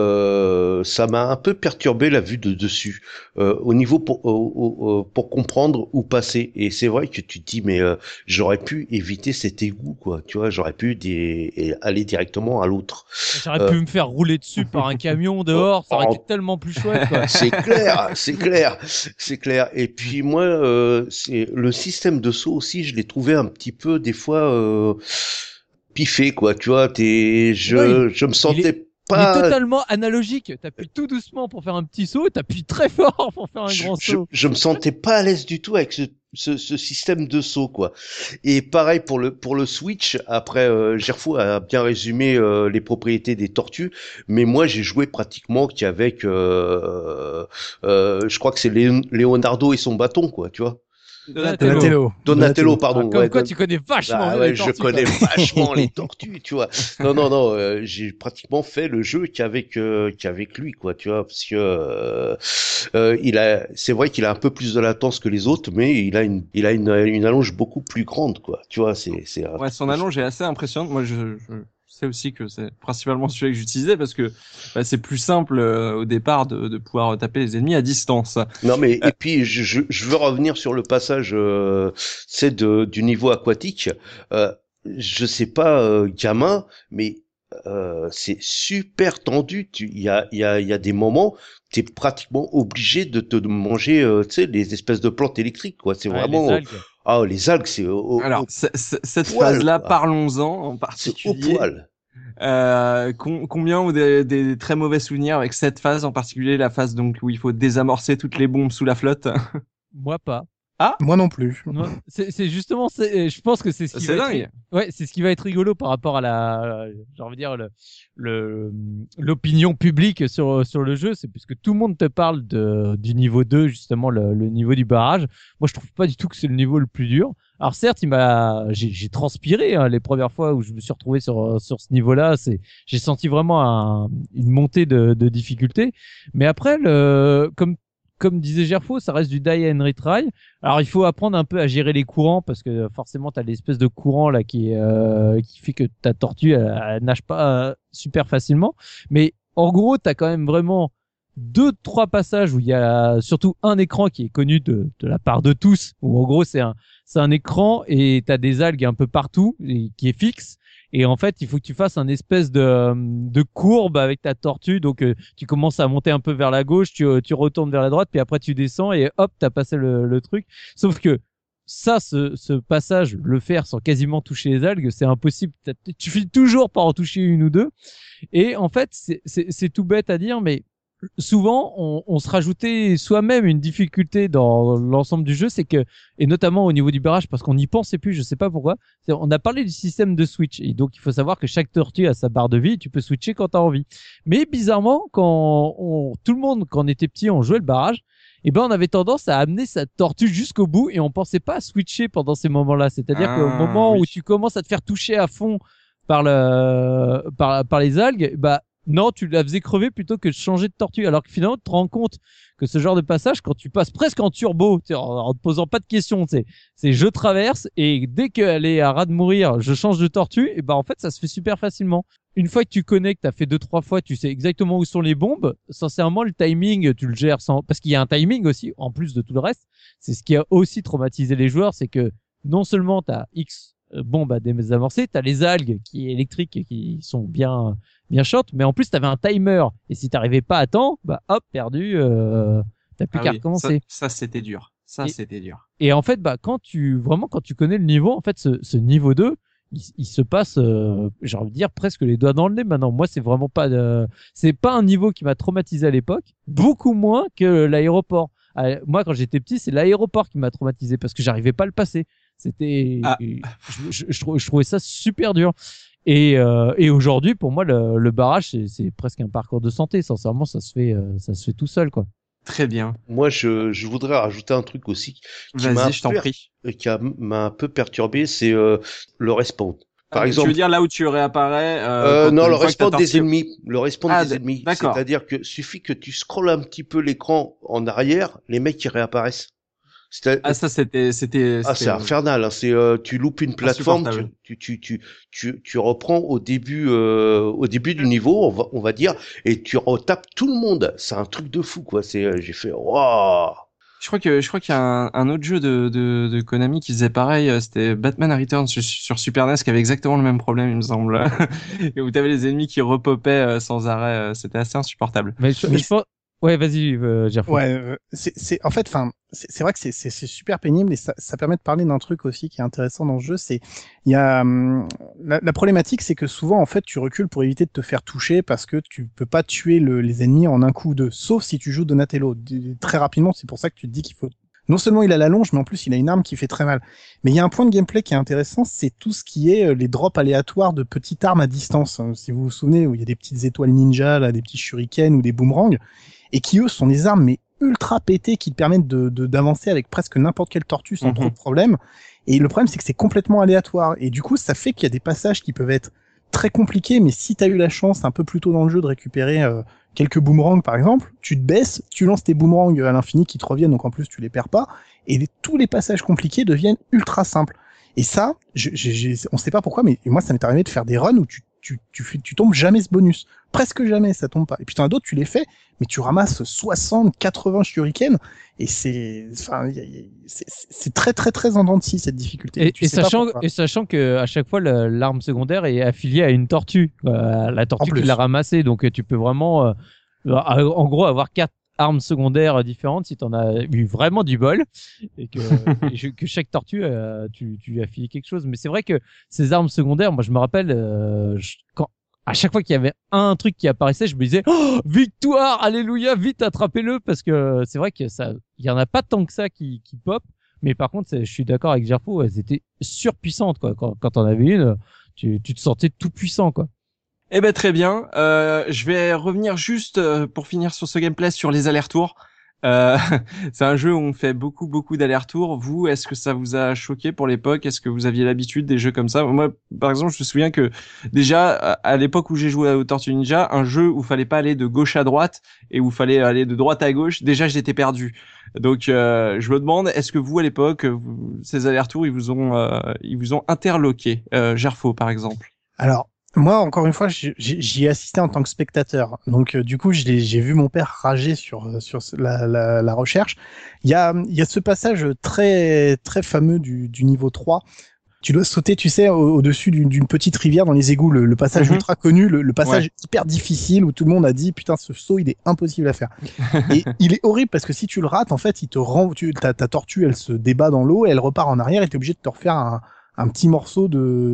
ça m'a un peu perturbé la vue de dessus, au niveau pour comprendre où passer. Et c'est vrai que tu te dis, mais j'aurais pu éviter cet égout, quoi. Tu vois, j'aurais pu aller directement à l'autre. J'aurais pu me faire rouler dessus par un camion dehors, ça aurait été tellement plus chouette, quoi. C'est clair. Et puis moi, c'est le système de saut aussi, je l'ai trouvé un petit peu des fois piffé, quoi. Tu vois, je me sentais Il est pas. totalement analogique. T'appuies tout doucement pour faire un petit saut, t'appuies très fort pour faire un grand saut. Je me sentais pas à l'aise du tout avec ce système de saut, quoi. Et pareil pour le Switch. Après, Gerfo a bien résumé les propriétés des tortues, mais moi j'ai joué pratiquement qu'avec, je crois que c'est Leonardo et son bâton, quoi, tu vois. Donatello, pardon. Comme ouais, quoi, tu connais vachement Ah mieux ouais, les tortues, je connais quoi. vachement les tortues, tu vois. Non, j'ai pratiquement fait le jeu qu'avec lui, quoi, tu vois, parce que c'est vrai qu'il a un peu plus de latence que les autres, mais il a une allonge beaucoup plus grande, quoi. Tu vois, c'est un Ouais, truc son de allonge est assez impressionnante. Moi, je sais aussi que c'est principalement celui que j'utilisais parce que c'est plus simple au départ de pouvoir taper les ennemis à distance. Non mais et puis je veux revenir sur le passage du niveau aquatique. Je sais pas gamin, mais c'est super tendu. Il y a des moments t'es pratiquement obligé de te manger tu sais les espèces de plantes électriques quoi. C'est Ouais, les vraiment algues. les algues c'est Alors, au cette poil phase-là, quoi. parlons-en en C'est au particulier. poil. Combien ont des très mauvais souvenirs avec cette phase en particulier, la phase donc où il faut désamorcer toutes les bombes sous la flotte. Moi pas. Ah, Moi non plus. Non, c'est justement, je pense que c'est ce qui c'est va dingue. ouais, c'est ce qui va être rigolo par rapport à j'ai envie de dire l'opinion publique sur le jeu, c'est puisque tout le monde te parle du niveau 2, justement le niveau du barrage. Moi, je trouve pas du tout que c'est le niveau le plus dur. Alors certes, j'ai transpiré les premières fois où je me suis retrouvé sur ce niveau-là. J'ai senti vraiment une montée de difficulté. Mais après, comme disait Gerfo, ça reste du die and retry. Alors il faut apprendre un peu à gérer les courants parce que forcément t'as l'espèce de courant là qui fait que ta tortue elle nage pas super facilement. Mais en gros t'as quand même vraiment 2-3 passages où il y a surtout un écran qui est connu de la part de tous. Où en gros c'est un écran et t'as des algues un peu partout et qui est fixe. Et en fait, il faut que tu fasses un espèce de courbe avec ta tortue. Donc, tu commences à monter un peu vers la gauche, tu retournes vers la droite, puis après tu descends et hop, t'as passé le truc. Sauf que ça, ce passage, le faire sans quasiment toucher les algues, c'est impossible. Tu finis toujours par en toucher une ou deux. Et en fait, c'est tout bête à dire, mais souvent on se rajoutait soi-même une difficulté dans l'ensemble du jeu, c'est que, et notamment au niveau du barrage, parce qu'on n'y pensait plus, je sais pas pourquoi, on a parlé du système de switch, et donc il faut savoir que chaque tortue a sa barre de vie, tu peux switcher quand t'as envie. Mais bizarrement, tout le monde, quand on était petit, on jouait le barrage, et ben on avait tendance à amener sa tortue jusqu'au bout, et on pensait pas à switcher pendant ces moments-là. C'est-à-dire qu'au moment où tu commences à te faire toucher à fond par les algues, bah non, tu la faisais crever plutôt que de changer de tortue. Alors que finalement, tu te rends compte que ce genre de passage, quand tu passes presque en turbo, en te posant pas de questions, c'est je traverse et dès qu'elle est à ras de mourir, je change de tortue, et ben en fait, ça se fait super facilement. Une fois que tu connais, que t'as fait 2-3 fois, tu sais exactement où sont les bombes. Sincèrement, le timing, tu le gères parce qu'il y a un timing aussi, en plus de tout le reste. C'est ce qui a aussi traumatisé les joueurs, c'est que non seulement t'as X bombes à désamorcer, t'as les algues électriques qui sont bien short, mais en plus t'avais un timer et si t'arrivais pas à temps, bah hop, perdu, t'as plus qu'à recommencer. Ça c'était dur. C'était dur. Et en fait, bah quand tu connais le niveau, en fait ce niveau 2, il se passe, j'ai envie de dire presque les doigts dans le nez maintenant. Moi, c'est vraiment pas c'est pas un niveau qui m'a traumatisé à l'époque, beaucoup moins que l'aéroport. Moi, quand j'étais petit, c'est l'aéroport qui m'a traumatisé parce que j'arrivais pas à le passer. C'était, je trouvais ça super dur. Et aujourd'hui, pour moi, le barrage, c'est presque un parcours de santé. Sincèrement, ça se fait tout seul, quoi. Très bien. Moi, je voudrais rajouter un truc aussi Vas-y, je t'en prie. M'a un peu perturbé, c'est le respawn. Par exemple, tu veux dire là où tu réapparais non, le respawn des ennemis. Le respawn des ennemis. D'accord. C'est-à-dire que suffit que tu scrolles un petit peu l'écran en arrière, les mecs qui réapparaissent. Ça c'était c'est infernal, hein. C'est tu loupes une plateforme, tu reprends au début du niveau, on va dire, et tu retapes tout le monde. C'est un truc de fou quoi. J'ai fait waouh. Je crois qu'il y a un autre jeu de Konami qui faisait pareil, c'était Batman Returns sur Super NES qui avait exactement le même problème, il me semble. Et où t'avais les ennemis qui repopaient sans arrêt, c'était assez insupportable. Mais je pense. Ouais, vas-y, Gerfo. Ouais, en fait, enfin, c'est vrai que c'est super pénible et ça permet de parler d'un truc aussi qui est intéressant dans le jeu. C'est, il y a la problématique, c'est que souvent en fait tu recules pour éviter de te faire toucher parce que tu peux pas tuer les ennemis en un coup ou deux, sauf si tu joues Donatello. Très rapidement, c'est pour ça que tu te dis qu'il faut. Non seulement il a la longe, mais en plus il a une arme qui fait très mal. Mais il y a un point de gameplay qui est intéressant, c'est tout ce qui est les drops aléatoires de petites armes à distance. Si vous vous souvenez, où il y a des petites étoiles ninja, là, des petits shurikens ou des boomerangs, et qui eux sont des armes mais ultra pétées qui te permettent d'avancer avec presque n'importe quelle tortue sans trop de problèmes. Et le problème c'est que c'est complètement aléatoire. Et du coup ça fait qu'il y a des passages qui peuvent être très compliqués, mais si t'as eu la chance un peu plus tôt dans le jeu de récupérer quelques boomerangs par exemple, tu te baisses, tu lances tes boomerangs à l'infini qui te reviennent, donc en plus tu les perds pas, et tous les passages compliqués deviennent ultra simples. Et ça, on sait pas pourquoi, mais moi ça m'est arrivé de faire des runs où tu tombes jamais ce bonus. Presque jamais ça tombe pas. Et puis t'en as d'autres, tu les fais, mais tu ramasses 60, 80 shurikens, et c'est très très très en dents de scie, cette difficulté. Et sachant que à chaque fois l'arme secondaire est affiliée à une tortue, la tortue qui l'a ramassée, donc tu peux vraiment, en gros, avoir 4 armes secondaires différentes si t'en as eu vraiment du bol et que chaque tortue tu lui as filé quelque chose. Mais c'est vrai que ces armes secondaires, moi je me rappelle quand à chaque fois qu'il y avait un truc qui apparaissait, je me disais victoire, alléluia, vite attrapez-le, parce que c'est vrai que ça, il y en a pas tant que ça qui pop. Mais par contre, je suis d'accord avec Gerfo, elles étaient surpuissantes quoi. Quand on avait une, tu te sentais tout puissant quoi. Eh ben très bien. Je vais revenir juste pour finir sur ce gameplay sur les allers-retours. C'est un jeu où on fait beaucoup d'allers-retours. Vous, est-ce que ça vous a choqué pour l'époque? Est-ce que vous aviez l'habitude des jeux comme ça? Moi, par exemple, je me souviens que déjà à l'époque où j'ai joué aux Tortues Ninja, un jeu où fallait pas aller de gauche à droite et où fallait aller de droite à gauche, déjà j'étais perdu. Donc je me demande, est-ce que vous à l'époque, ces allers-retours, ils vous ont interloqué? Gerfo par exemple. Alors. Moi, encore une fois, j'y ai assisté en tant que spectateur. Donc, du coup, j'ai vu mon père rager sur la recherche. Il y a ce passage très, très fameux du niveau 3. Tu dois sauter, tu sais, au-dessus d'une petite rivière dans les égouts. Le passage ultra connu, le passage hyper difficile où tout le monde a dit, putain, ce saut, il est impossible à faire. Et il est horrible parce que si tu le rates, en fait, il te rend, ta tortue, elle se débat dans l'eau et elle repart en arrière et t'es obligé de te refaire un petit morceau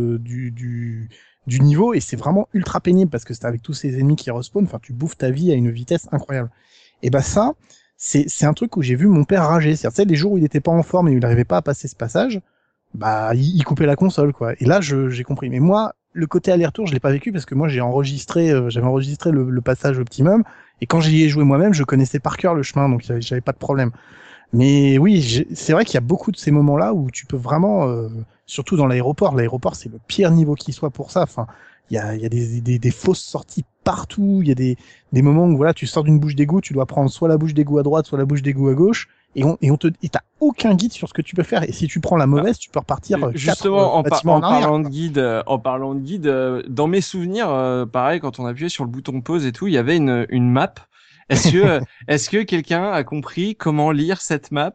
du niveau, et c'est vraiment ultra pénible parce que c'est avec tous ces ennemis qui respawnent, enfin tu bouffes ta vie à une vitesse incroyable. Et bah ça, c'est un truc où j'ai vu mon père rager. C'est-à-dire, tu sais, les jours où il était pas en forme et où il n'arrivait pas à passer ce passage, bah il coupait la console quoi. Et là j'ai compris. Mais moi, le côté aller-retour, je l'ai pas vécu parce que moi j'avais enregistré le passage optimum, et quand j'y ai joué moi-même, je connaissais par cœur le chemin, donc j'avais pas de problème. Mais oui, c'est vrai qu'il y a beaucoup de ces moments-là où tu peux vraiment, surtout dans l'aéroport. L'aéroport, c'est le pire niveau qui soit pour ça. Enfin, il y a des fausses sorties partout. Il y a des moments où voilà, tu sors d'une bouche d'égout, tu dois prendre soit la bouche d'égout à droite, soit la bouche d'égout à gauche, et t'as aucun guide sur ce que tu peux faire. Et si tu prends la mauvaise, tu peux repartir. Justement, en parlant de guide, dans mes souvenirs, pareil, quand on appuyait sur le bouton pause et tout, il y avait une map. Est-ce que quelqu'un a compris comment lire cette map?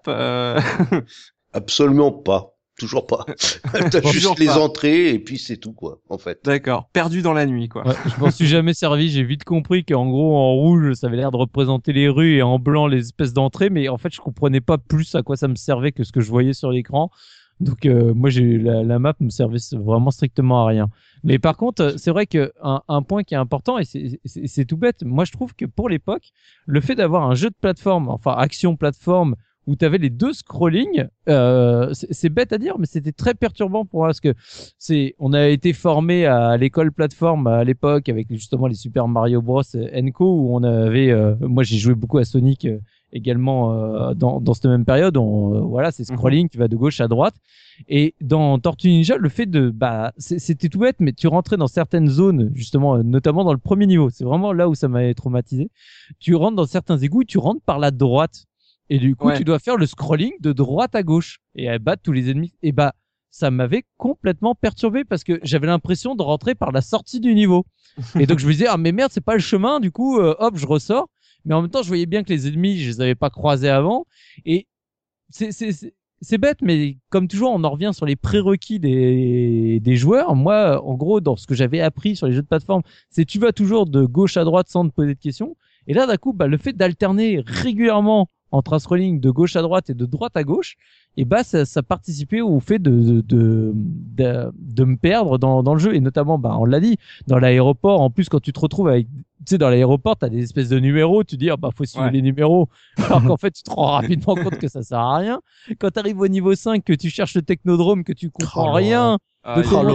Absolument pas. Toujours pas. T'as juste les entrées et puis c'est tout quoi, en fait. D'accord. Perdu dans la nuit quoi. Ouais, je m'en suis jamais servi. J'ai vite compris qu'en gros, en rouge, ça avait l'air de représenter les rues et en blanc, les espèces d'entrées. Mais en fait, je comprenais pas plus à quoi ça me servait que ce que je voyais sur l'écran. Donc moi, la map me servait vraiment strictement à rien. Mais par contre, c'est vrai que un point qui est important, et c'est tout bête, moi je trouve que pour l'époque, le fait d'avoir un jeu de plateforme, enfin action plateforme, où tu avais les deux scrolling, c'est bête à dire, mais c'était très perturbant pour moi, parce que on a été formé à l'école plateforme à l'époque avec justement les Super Mario Bros & Co, où on avait, moi j'ai joué beaucoup à Sonic également dans cette même période. Voilà, c'est scrolling, tu vas de gauche à droite. Et dans Tortue Ninja, le fait c'était tout bête, mais tu rentrais dans certaines zones, justement, notamment dans le premier niveau. C'est vraiment là où ça m'avait traumatisé. Tu rentres dans certains égouts, tu rentres par la droite. Et du coup, tu dois faire le scrolling de droite à gauche et battre tous les ennemis. Et ça m'avait complètement perturbé parce que j'avais l'impression de rentrer par la sortie du niveau. Et donc, je me disais, ah, mais merde, c'est pas le chemin. Du coup, hop, je ressors. Mais en même temps, je voyais bien que les ennemis, je les avais pas croisés avant. Et c'est bête, mais comme toujours, on en revient sur les prérequis des joueurs. Moi, en gros, dans ce que j'avais appris sur les jeux de plateforme, c'est tu vas toujours de gauche à droite sans te poser de questions. Et là, d'un coup, bah, le fait d'alterner régulièrement entre un scrolling de gauche à droite et de droite à gauche, et bah, ça participait au fait de me perdre dans le jeu. Et notamment, bah, on l'a dit, dans l'aéroport, en plus, quand tu te retrouves avec, tu sais, dans l'aéroport, t'as des espèces de numéros, tu dis, ah, bah, faut suivre les numéros. Alors qu'en fait, tu te rends rapidement compte que ça sert à rien. Quand t'arrives au niveau 5, que tu cherches le technodrome, que tu comprends rien. De comment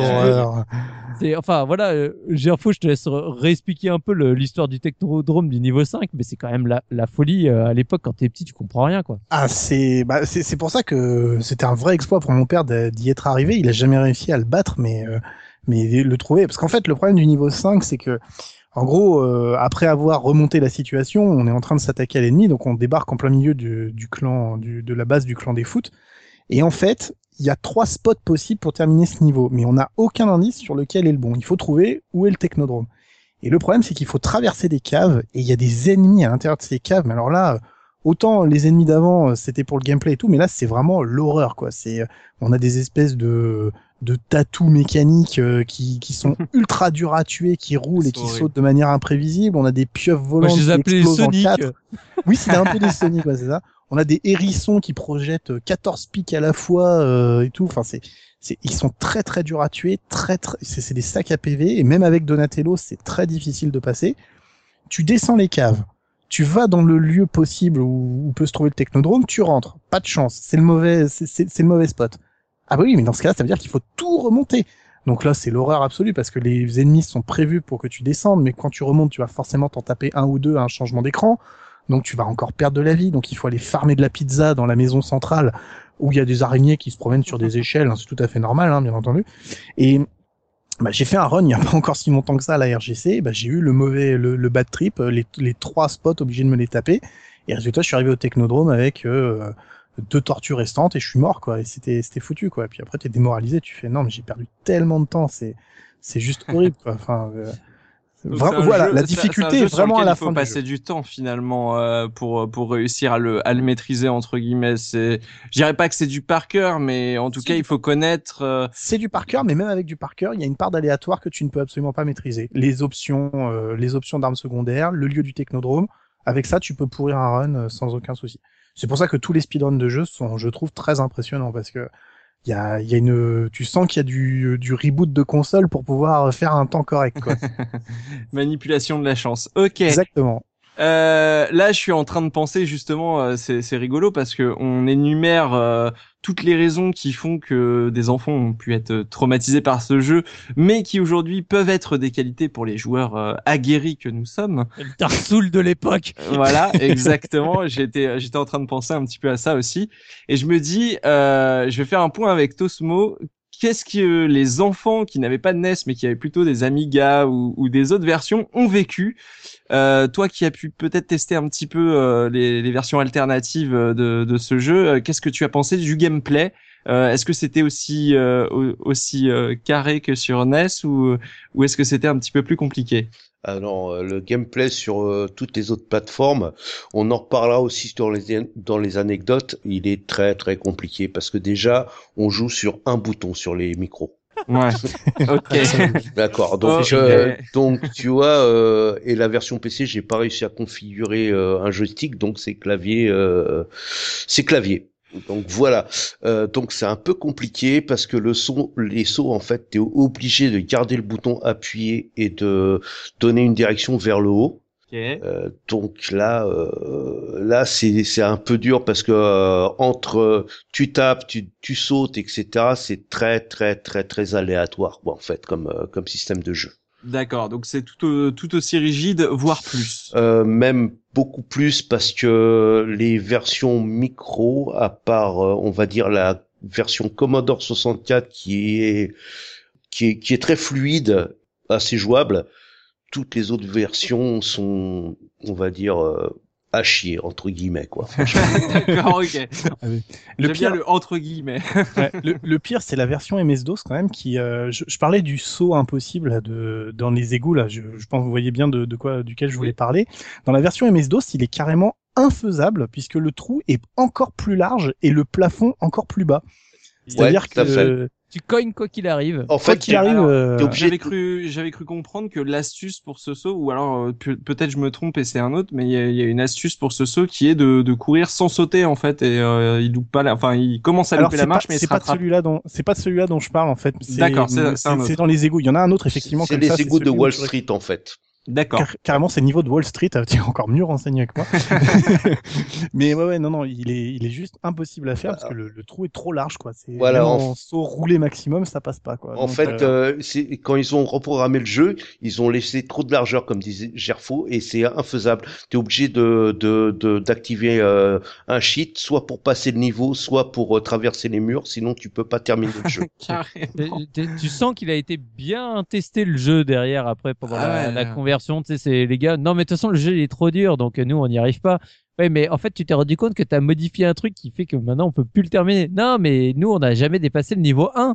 enfin voilà, Gerfo, je te laisse réexpliquer un peu l'histoire du technodrome du niveau 5, mais c'est quand même la folie à l'époque quand t'es petit, tu comprends rien quoi. Ah c'est pour ça que c'était un vrai exploit pour mon père d'y être arrivé. Il a jamais réussi à le battre, mais le trouver, parce qu'en fait le problème du niveau 5, c'est que en gros, après avoir remonté la situation, on est en train de s'attaquer à l'ennemi, donc on débarque en plein milieu du clan, de la base du clan des foot. Et en fait, il y a 3 spots possibles pour terminer ce niveau, mais on n'a aucun indice sur lequel est le bon. Il faut trouver où est le technodrome. Et le problème, c'est qu'il faut traverser des caves, et il y a des ennemis à l'intérieur de ces caves. Mais alors là, autant les ennemis d'avant, c'était pour le gameplay et tout, mais là, c'est vraiment l'horreur, quoi. On a des espèces de tatous mécaniques qui sont ultra durs à tuer, qui roulent et qui sautent de manière imprévisible. On a des pieuvres volantes qui explosent en 4. Oui, c'était un peu des Sonic, ouais, c'est ça. On a des hérissons qui projettent 14 pics à la fois et tout. Enfin, ils sont très très durs à tuer, c'est des sacs à PV, et même avec Donatello, c'est très difficile de passer. Tu descends les caves, tu vas dans le lieu possible où peut se trouver le technodrome, tu rentres, pas de chance, c'est le mauvais spot. Ah bah oui, mais dans ce cas-là, ça veut dire qu'il faut tout remonter. Donc là, c'est l'horreur absolue parce que les ennemis sont prévus pour que tu descendes, mais quand tu remontes, tu vas forcément t'en taper un ou deux à un changement d'écran. Donc tu vas encore perdre de la vie, donc il faut aller farmer de la pizza dans la maison centrale où il y a des araignées qui se promènent sur des échelles, hein, c'est tout à fait normal, hein, bien entendu. Et bah, j'ai fait un run il y a pas encore si longtemps que ça à la RGC, bah, j'ai eu le bad trip, les 3 spots obligés de me les taper, et résultat je suis arrivé au technodrome avec 2 tortues restantes et je suis mort quoi, et c'était foutu quoi. Et puis après t'es démoralisé, tu fais non mais j'ai perdu tellement de temps, c'est juste horrible quoi. Enfin voilà, la difficulté est vraiment à la fin. Il faut passer du temps finalement pour réussir à le maîtriser entre guillemets. Je dirais pas que c'est du par cœur, mais en tout cas il faut connaître. C'est du par cœur, mais même avec du par cœur, il y a une part d'aléatoire que tu ne peux absolument pas maîtriser. Les options d'armes secondaires, le lieu du technodrome. Avec ça, tu peux pourrir un run sans aucun souci. C'est pour ça que tous les speedruns de jeu sont, je trouve, très impressionnants parce que tu sens qu'il y a du reboot de console pour pouvoir faire un temps correct, quoi. Manipulation de la chance. Ok. Exactement. Là, je suis en train de penser justement, c'est rigolo parce que on énumère toutes les raisons qui font que des enfants ont pu être traumatisés par ce jeu, mais qui aujourd'hui peuvent être des qualités pour les joueurs aguerris que nous sommes. Le Dark Souls de l'époque. Voilà, exactement. J'étais en train de penser un petit peu à ça aussi, et je me dis, je vais faire un point avec Tosmo. Qu'est-ce que les enfants qui n'avaient pas de NES mais qui avaient plutôt des Amiga ou des autres versions ont vécu? Toi qui as pu peut-être tester un petit peu les versions alternatives de ce jeu, qu'est-ce que tu as pensé du gameplay? Est-ce que c'était aussi carré que sur NES ou est-ce que c'était un petit peu plus compliqué? Alors, le gameplay sur toutes les autres plateformes, on en reparlera aussi dans les anecdotes, il est très très compliqué parce que déjà, on joue sur un bouton sur les micros. Ouais. Ok. D'accord. Donc tu vois, et la version PC, j'ai pas réussi à configurer un joystick, donc c'est clavier. Donc voilà. Donc c'est un peu compliqué parce que les sauts en fait, t'es obligé de garder le bouton appuyé et de donner une direction vers le haut. Okay. Donc là c'est un peu dur parce que entre tu tapes, tu sautes, etc. C'est très très très très aléatoire quoi, en fait comme système de jeu. D'accord, donc c'est tout aussi rigide, voire plus. Même beaucoup plus parce que les versions micro, à part on va dire la version Commodore 64 qui est très fluide, assez jouable. Toutes les autres versions sont, on va dire, à chier, entre guillemets, quoi. D'accord, ok. Le pire, le entre guillemets. Ouais, le pire, c'est la version MS-DOS quand même qui, je parlais du saut impossible là, dans les égouts là. Je pense que vous voyez bien duquel je voulais parler. Dans la version MS-DOS, il est carrément infaisable puisque le trou est encore plus large et le plafond encore plus bas. C'est-à-dire que Tu cognes quoi qu'il arrive. En fait, qu'il arrive, t'es obligé J'avais cru comprendre que l'astuce pour ce saut, ou alors peut-être je me trompe et c'est un autre, mais il y a une astuce pour ce saut qui est de courir sans sauter en fait, et il loupe pas, enfin il commence à Alors louper la marche, mais il se c'est pas de rattrape. c'est pas de celui-là dont je parle en fait. D'accord, c'est un autre. C'est dans les égouts. Il y en a un autre effectivement c'est comme les ça. égouts de celui où Wall tu Street en fait. D'accord. Carrément, c'est le niveau de Wall Street. Tu es encore mieux renseigné que moi. Mais ouais, non, il est juste impossible à faire parce que le trou est trop large, quoi. C'est Voilà, même en saut roulé maximum, ça passe pas, quoi. En Donc, fait, c'est quand ils ont reprogrammé le jeu, ils ont laissé trop de largeur, comme disait Gerfo, et c'est infaisable. T'es obligé d'activer un cheat, soit pour passer le niveau, soit pour traverser les murs, sinon tu peux pas terminer le jeu. Carrément. Tu sens qu'il a été bien testé le jeu derrière après pendant la conversion. Tu sais, c'est les gars. Non, mais de toute façon, le jeu il est trop dur, donc nous on n'y arrive pas. Ouais, mais en fait, tu t'es rendu compte que tu as modifié un truc qui fait que maintenant on peut plus le terminer. Non, mais nous on n'a jamais dépassé le niveau 1.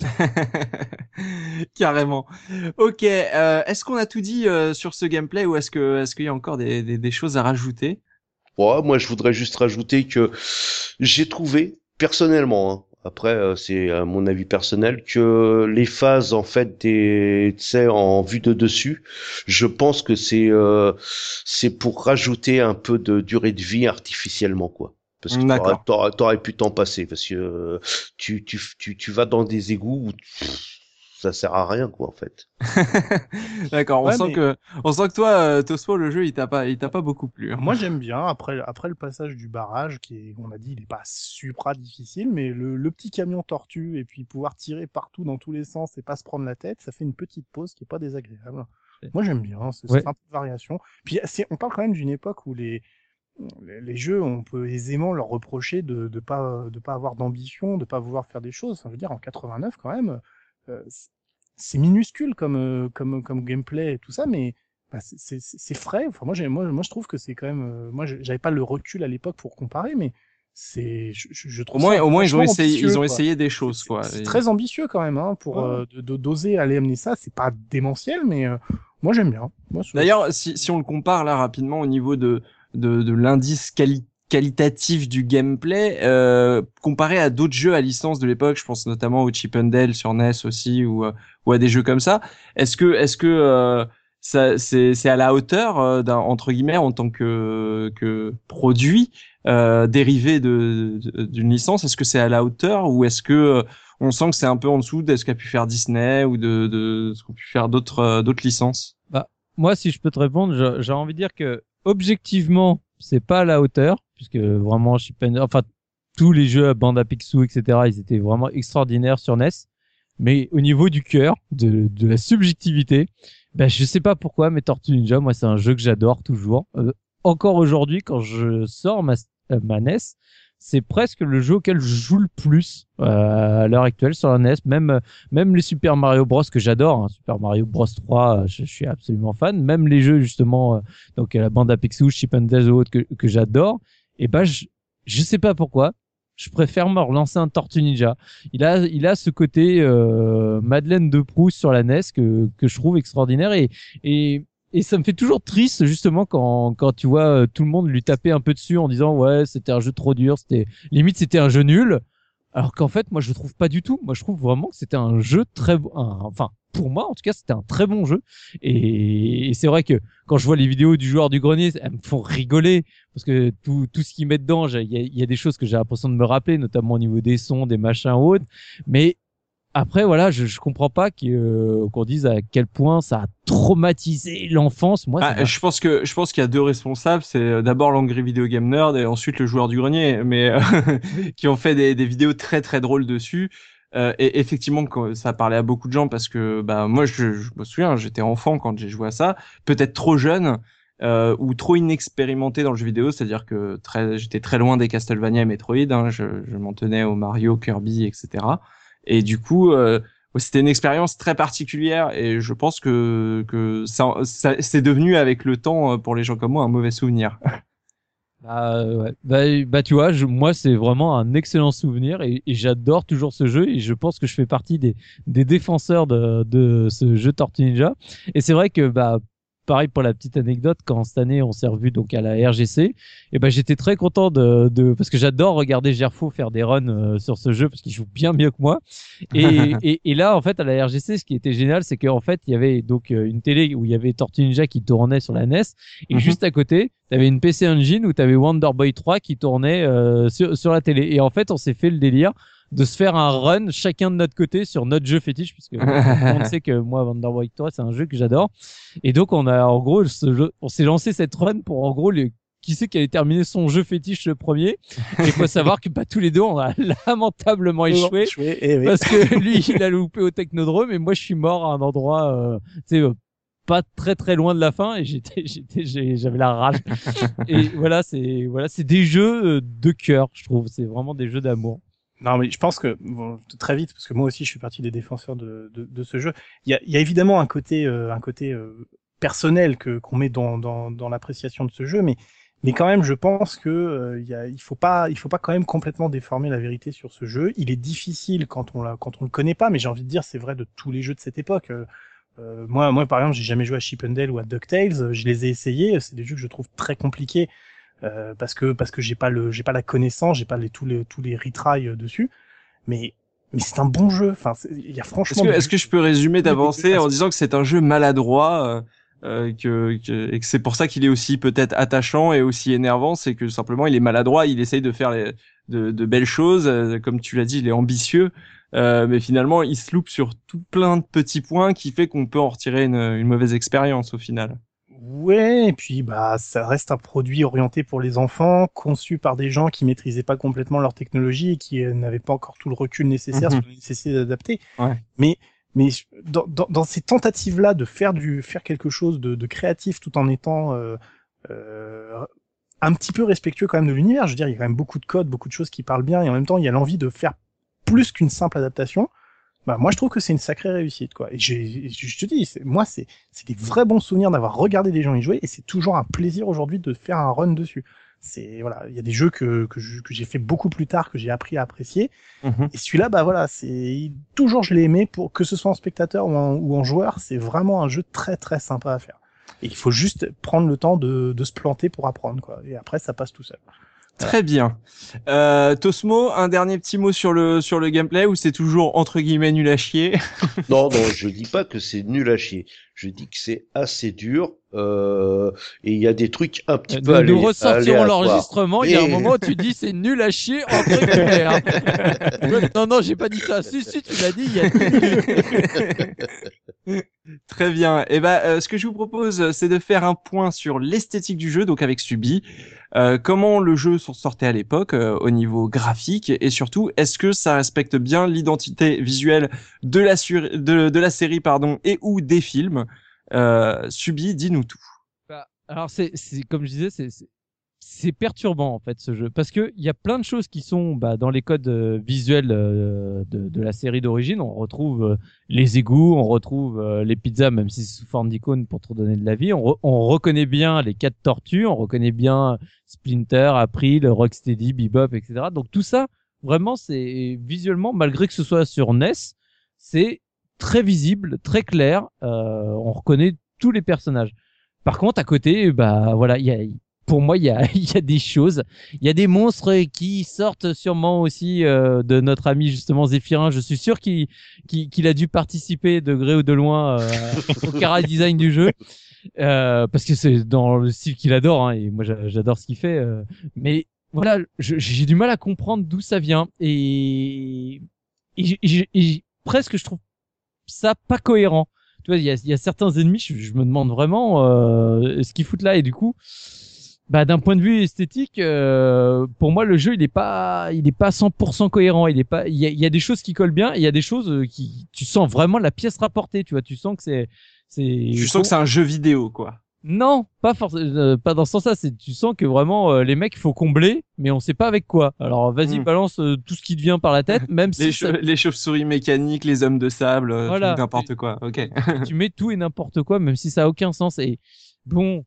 Carrément. Ok. Est-ce qu'on a tout dit sur ce gameplay ou est-ce qu'il y a encore des choses à rajouter? Ouais, moi, je voudrais juste rajouter que j'ai trouvé personnellement, hein, après c'est mon avis personnel, que les phases en fait tu sais, en vue de dessus, je pense que c'est pour rajouter un peu de durée de vie artificiellement, quoi. Parce que t'aurais pu t'en passer, parce que tu vas dans des égouts où ça sert à rien, quoi, en fait. D'accord, on Ouais, sent que toi, Tospo, le jeu, il t'a pas beaucoup plu. Hein. moi, j'aime bien. Après le passage du barrage, on a dit, il est pas supra difficile, mais le petit camion tortue et puis pouvoir tirer partout dans tous les sens et pas se prendre la tête, ça fait une petite pause qui est pas désagréable. Moi, j'aime bien. C'est un peu de variation. Puis, on parle quand même d'une époque où les jeux, on peut aisément leur reprocher de pas avoir d'ambition, de pas vouloir faire des choses. Enfin, je veux dire, en 89, quand même, c'est minuscule comme gameplay et tout ça, mais bah, c'est frais. Enfin, moi je trouve que c'est quand même, moi j'avais pas le recul à l'époque pour comparer, mais je trouve au moins ils ont ambitieux, essayé des choses, quoi. C'est très ambitieux quand même, hein, pour d'oser aller amener ça. C'est pas démentiel, mais moi j'aime bien. D'ailleurs, si on le compare là rapidement au niveau de l'indice qualitatif du gameplay, comparé à d'autres jeux à licence de l'époque, je pense notamment au Chip 'n Dale sur NES aussi, ou à des jeux comme ça, est-ce que ça c'est à la hauteur d'un, entre guillemets, en tant que produit dérivé d'une licence, est-ce que c'est à la hauteur, ou est-ce que on sent que c'est un peu en dessous de ce qu'a pu faire Disney ou de ce qu'ont pu faire d'autres licences? Bah, moi, si je peux te répondre, j'ai envie de dire que objectivement, c'est pas à la hauteur, puisque vraiment, enfin, tous les jeux à bande à Picsou, etc., ils étaient vraiment extraordinaires sur NES. Mais au niveau du cœur, de la subjectivité, ben, je sais pas pourquoi, mais Tortue Ninja, moi, c'est un jeu que j'adore toujours. Encore aujourd'hui, quand je sors ma NES, c'est presque le jeu auquel je joue le plus à l'heure actuelle sur la NES. Même les Super Mario Bros que j'adore, hein, Super Mario Bros 3, je suis absolument fan. Même les jeux justement, donc la bande à Picsou, Chip 'n Dale que j'adore. Et ben je sais pas pourquoi, je préfère me relancer un Tortue Ninja. Il a ce côté Madeleine de Proust sur la NES que je trouve extraordinaire et ça me fait toujours triste justement quand tu vois tout le monde lui taper un peu dessus en disant ouais, c'était un jeu trop dur, c'était un jeu nul, alors qu'en fait moi je trouve pas du tout. Moi je trouve vraiment que c'était un jeu enfin pour moi en tout cas c'était un très bon jeu et c'est vrai que quand je vois les vidéos du joueur du grenier, elles me font rigoler parce que tout ce qu'il met dedans, il y a des choses que j'ai l'impression de me rappeler, notamment au niveau des sons, des machins ou autres, mais après, voilà, je comprends pas qu'on dise à quel point ça a traumatisé l'enfance. Moi, je pense qu'il y a deux responsables. C'est d'abord l'Angry Video Game Nerd et ensuite le joueur du grenier, mais qui ont fait des vidéos très très drôles dessus. Et effectivement, ça parlait à beaucoup de gens parce que bah moi, je me souviens, j'étais enfant quand j'ai joué à ça, peut-être trop jeune. Ou trop inexpérimenté dans le jeu vidéo, c'est-à-dire que j'étais très loin des Castlevania et Metroid, hein, je m'en tenais au Mario, Kirby, etc. Et du coup, c'était une expérience très particulière et je pense que ça c'est devenu avec le temps pour les gens comme moi un mauvais souvenir. Ouais. Bah tu vois, moi c'est vraiment un excellent souvenir et j'adore toujours ce jeu et je pense que je fais partie des défenseurs de ce jeu Tortue Ninja. Et c'est vrai que bah pareil pour la petite anecdote, quand cette année on s'est revu donc à la RGC, et ben j'étais très content parce que j'adore regarder Gerfo faire des runs sur ce jeu parce qu'il joue bien mieux que moi. Et là en fait à la RGC, ce qui était génial, c'est qu'en fait il y avait donc une télé où il y avait Tortue Ninja qui tournait sur la NES, et juste à côté t'avais une PC Engine où t'avais Wonder Boy 3 qui tournait sur la télé. Et en fait on s'est fait le délire de se faire un run chacun de notre côté sur notre jeu fétiche, puisque on sait que moi Wonder Boy 3 c'est un jeu que j'adore, et donc on a en gros on s'est lancé cette run pour en gros qui c'est qui allait terminer son jeu fétiche le premier. Et il faut savoir que tous les deux on a lamentablement échoué, parce que lui il a loupé au Technodrome et moi je suis mort à un endroit pas très très loin de la fin, et j'avais la rage. Et voilà c'est des jeux de cœur, je trouve, c'est vraiment des jeux d'amour. Non, mais je pense que très vite, parce que moi aussi je suis partie des défenseurs de ce jeu. Il y a évidemment un côté personnel qu'on met dans l'appréciation de ce jeu, mais quand même je pense que il faut pas quand même complètement déformer la vérité sur ce jeu. Il est difficile quand on le connaît pas, mais j'ai envie de dire c'est vrai de tous les jeux de cette époque. Moi par exemple j'ai jamais joué à Chip 'n Dale ou à DuckTales, je les ai essayés, c'est des jeux que je trouve très compliqués. Parce que j'ai pas la connaissance, j'ai pas tous les retries dessus, mais c'est un bon jeu. Enfin, il y a franchement. Est-ce que je peux résumer d'avancer en disant que c'est un jeu maladroit, et que c'est pour ça qu'il est aussi peut-être attachant et aussi énervant, c'est que simplement il est maladroit, il essaye de faire de belles choses, comme tu l'as dit, il est ambitieux, mais finalement il se loupe sur tout plein de petits points qui fait qu'on peut en retirer une mauvaise expérience au final. Ouais, et puis ça reste un produit orienté pour les enfants, conçu par des gens qui maîtrisaient pas complètement leur technologie et qui n'avaient pas encore tout le recul nécessaire sur la nécessité d'adapter. Ouais. Mais dans ces tentatives-là de faire quelque chose de créatif tout en étant un petit peu respectueux quand même de l'univers, je veux dire, il y a quand même beaucoup de codes, beaucoup de choses qui parlent bien, et en même temps il y a l'envie de faire plus qu'une simple adaptation. Moi je trouve que c'est une sacrée réussite, quoi. Et je te dis, c'est des vrais bons souvenirs d'avoir regardé des gens y jouer, et c'est toujours un plaisir aujourd'hui de faire un run dessus. Voilà, il y a des jeux que j'ai fait beaucoup plus tard, que j'ai appris à apprécier. Et celui-là, toujours je l'ai aimé, pour que ce soit en spectateur ou en joueur, c'est vraiment un jeu très très sympa à faire. Et il faut juste prendre le temps de se planter pour apprendre, quoi. Et après ça passe tout seul. Très bien. Tosmo, un dernier petit mot sur le gameplay, ou c'est toujours entre guillemets nul à chier? Non, je dis pas que c'est nul à chier. Je dis que c'est assez dur, et il y a des trucs un petit peu Nous ressortirons l'enregistrement, il y a un moment où tu dis c'est nul à chier entre guillemets. Hein. Non, j'ai pas dit ça. Si, tu l'as dit il y a 10 minutes. Très bien. Et ce que je vous propose, c'est de faire un point sur l'esthétique du jeu, donc avec Subi. Comment le jeu s'en sortait à l'époque au niveau graphique, et surtout est-ce que ça respecte bien l'identité visuelle de la série et ou des films. Subi, dis-nous tout. Alors c'est comme je disais, c'est perturbant en fait ce jeu, parce que il y a plein de choses qui sont dans les codes visuels de la série d'origine. On retrouve les égouts, on retrouve les pizzas, même si c'est sous forme d'icône pour te redonner de la vie. On reconnaît bien les 4 tortues, on reconnaît bien Splinter, April, Rocksteady, Bebop, etc. Donc tout ça, vraiment, c'est visuellement, malgré que ce soit sur NES, c'est très visible, très clair. On reconnaît tous les personnages. Par contre, à côté, pour moi, il y a des choses. Il y a des monstres qui sortent sûrement aussi de notre ami justement Zéphirin. Je suis sûr qu'il a dû participer de gré ou de loin au chara-design du jeu, parce que c'est dans le style qu'il adore, hein, et moi j'adore ce qu'il fait. Mais voilà, j'ai du mal à comprendre d'où ça vient, et presque je trouve ça pas cohérent. Tu vois, il y a certains ennemis, je me demande vraiment ce qu'ils foutent là, et du coup, d'un point de vue esthétique, pour moi le jeu il est pas 100% cohérent. Il y a des choses qui collent bien, et il y a des choses qui tu sens vraiment la pièce rapportée. Tu vois, tu sens que c'est. Tu sens que c'est un jeu vidéo, quoi. Non, pas forcément, pas dans ce sens-là. Tu sens que vraiment les mecs, il faut combler, mais on sait pas avec quoi. Alors vas-y, balance tout ce qui te vient par la tête, même si les chauves-souris mécaniques, les hommes de sable, voilà. N'importe quoi. Ok. Tu mets tout et n'importe quoi, même si ça a aucun sens. Et bon,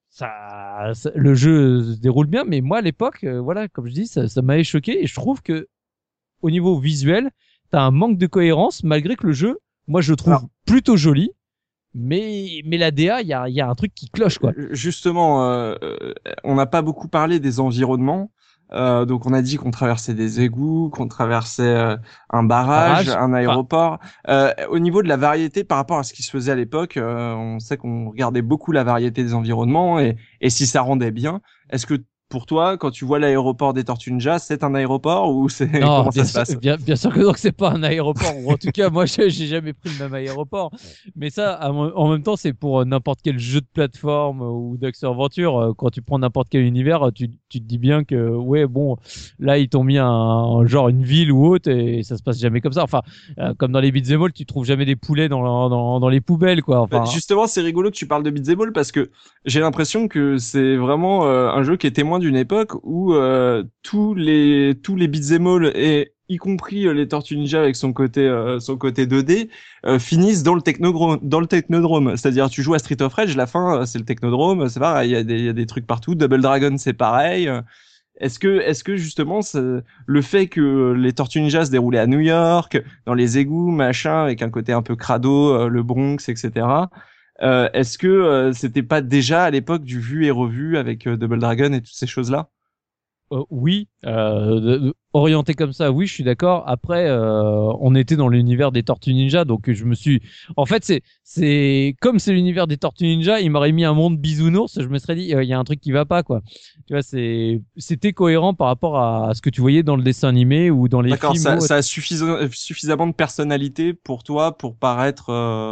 le jeu se déroule bien, mais moi à l'époque, comme je dis, ça m'avait choqué, et je trouve que au niveau visuel, t'as un manque de cohérence, malgré que le jeu, moi je le trouve plutôt joli. mais la DA, il y a un truc qui cloche, quoi. Justement, on n'a pas beaucoup parlé des environnements. Donc on a dit qu'on traversait des égouts, qu'on traversait un barrage, un aéroport. Au niveau de la variété par rapport à ce qui se faisait à l'époque, on sait qu'on regardait beaucoup la variété des environnements et si ça rendait bien. Est-ce que pour toi, quand tu vois l'aéroport des Tortues Ninja, c'est un aéroport ou c'est Non, comment ça se passe? bien sûr que non, que c'est pas un aéroport. Ou en tout cas, moi, j'ai jamais pris le même aéroport. Mais ça, en même temps, c'est pour n'importe quel jeu de plateforme ou d'action-aventure. Quand tu prends n'importe quel univers, tu te dis bien que, ouais, bon, là, ils t'ont mis genre une ville ou autre et ça se passe jamais comme ça. Enfin, comme dans les beat'em all, tu trouves jamais des poulets dans les poubelles, quoi. Enfin, justement, c'est rigolo que tu parles de beat'em all parce que j'ai l'impression que c'est vraiment un jeu qui est témoin d'une époque où tous les beat'em all et y compris les Tortues Ninja avec son côté 2D finissent dans le technodrome. C'est-à-dire tu joues à Street of Rage, la fin c'est le technodrome, c'est pareil, il y a des trucs partout. Double Dragon c'est pareil. Est-ce que justement le fait que les Tortues Ninja se déroulaient à New York, dans les égouts, machin, avec un côté un peu crado, le Bronx, etc. Est-ce que c'était pas déjà à l'époque du vu et revu avec Double Dragon et toutes ces choses-là? Oui, orienté comme ça, oui, je suis d'accord. Après, on était dans l'univers des Tortues Ninja, donc je me suis. En fait, c'est comme c'est l'univers des Tortues Ninja, il m'aurait mis un monde bisounours, je me serais dit, il y a un truc qui va pas, quoi. Tu vois, c'était cohérent par rapport à ce que tu voyais dans le dessin animé ou dans les films. D'accord, ça a suffisamment de personnalité pour toi pour paraître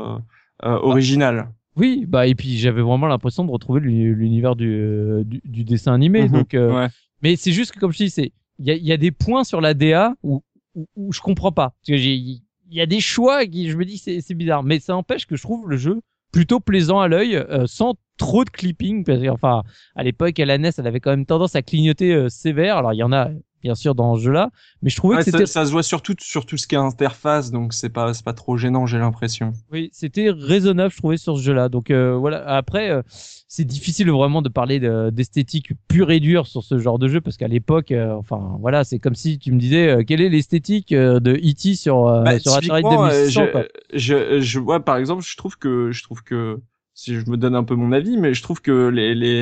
original. Oui, bah et puis j'avais vraiment l'impression de retrouver l'univers du dessin animé, donc. Ouais. Mais c'est juste que, comme je dis, il y a des points sur la DA où je comprends pas. Parce que il y a des choix qui, je me dis, c'est bizarre. Mais ça empêche que je trouve le jeu plutôt plaisant à l'œil, sans trop de clipping. Parce que, enfin, à l'époque, à la NES, elle avait quand même tendance à clignoter sévère. Alors, il y en a, bien sûr, dans ce jeu-là. Mais je trouvais que c'était... Ça se voit surtout sur tout ce qui est interface, donc c'est pas trop gênant, j'ai l'impression. Oui, c'était raisonnable, je trouvais, sur ce jeu-là. Donc, voilà. Après, c'est difficile vraiment de parler d'esthétique pure et dure sur ce genre de jeu parce qu'à l'époque, enfin voilà, c'est comme si tu me disais quelle est l'esthétique de E.T. sur Atari 2600. Ouais, par exemple, je trouve que si je me donne un peu mon avis, mais je trouve que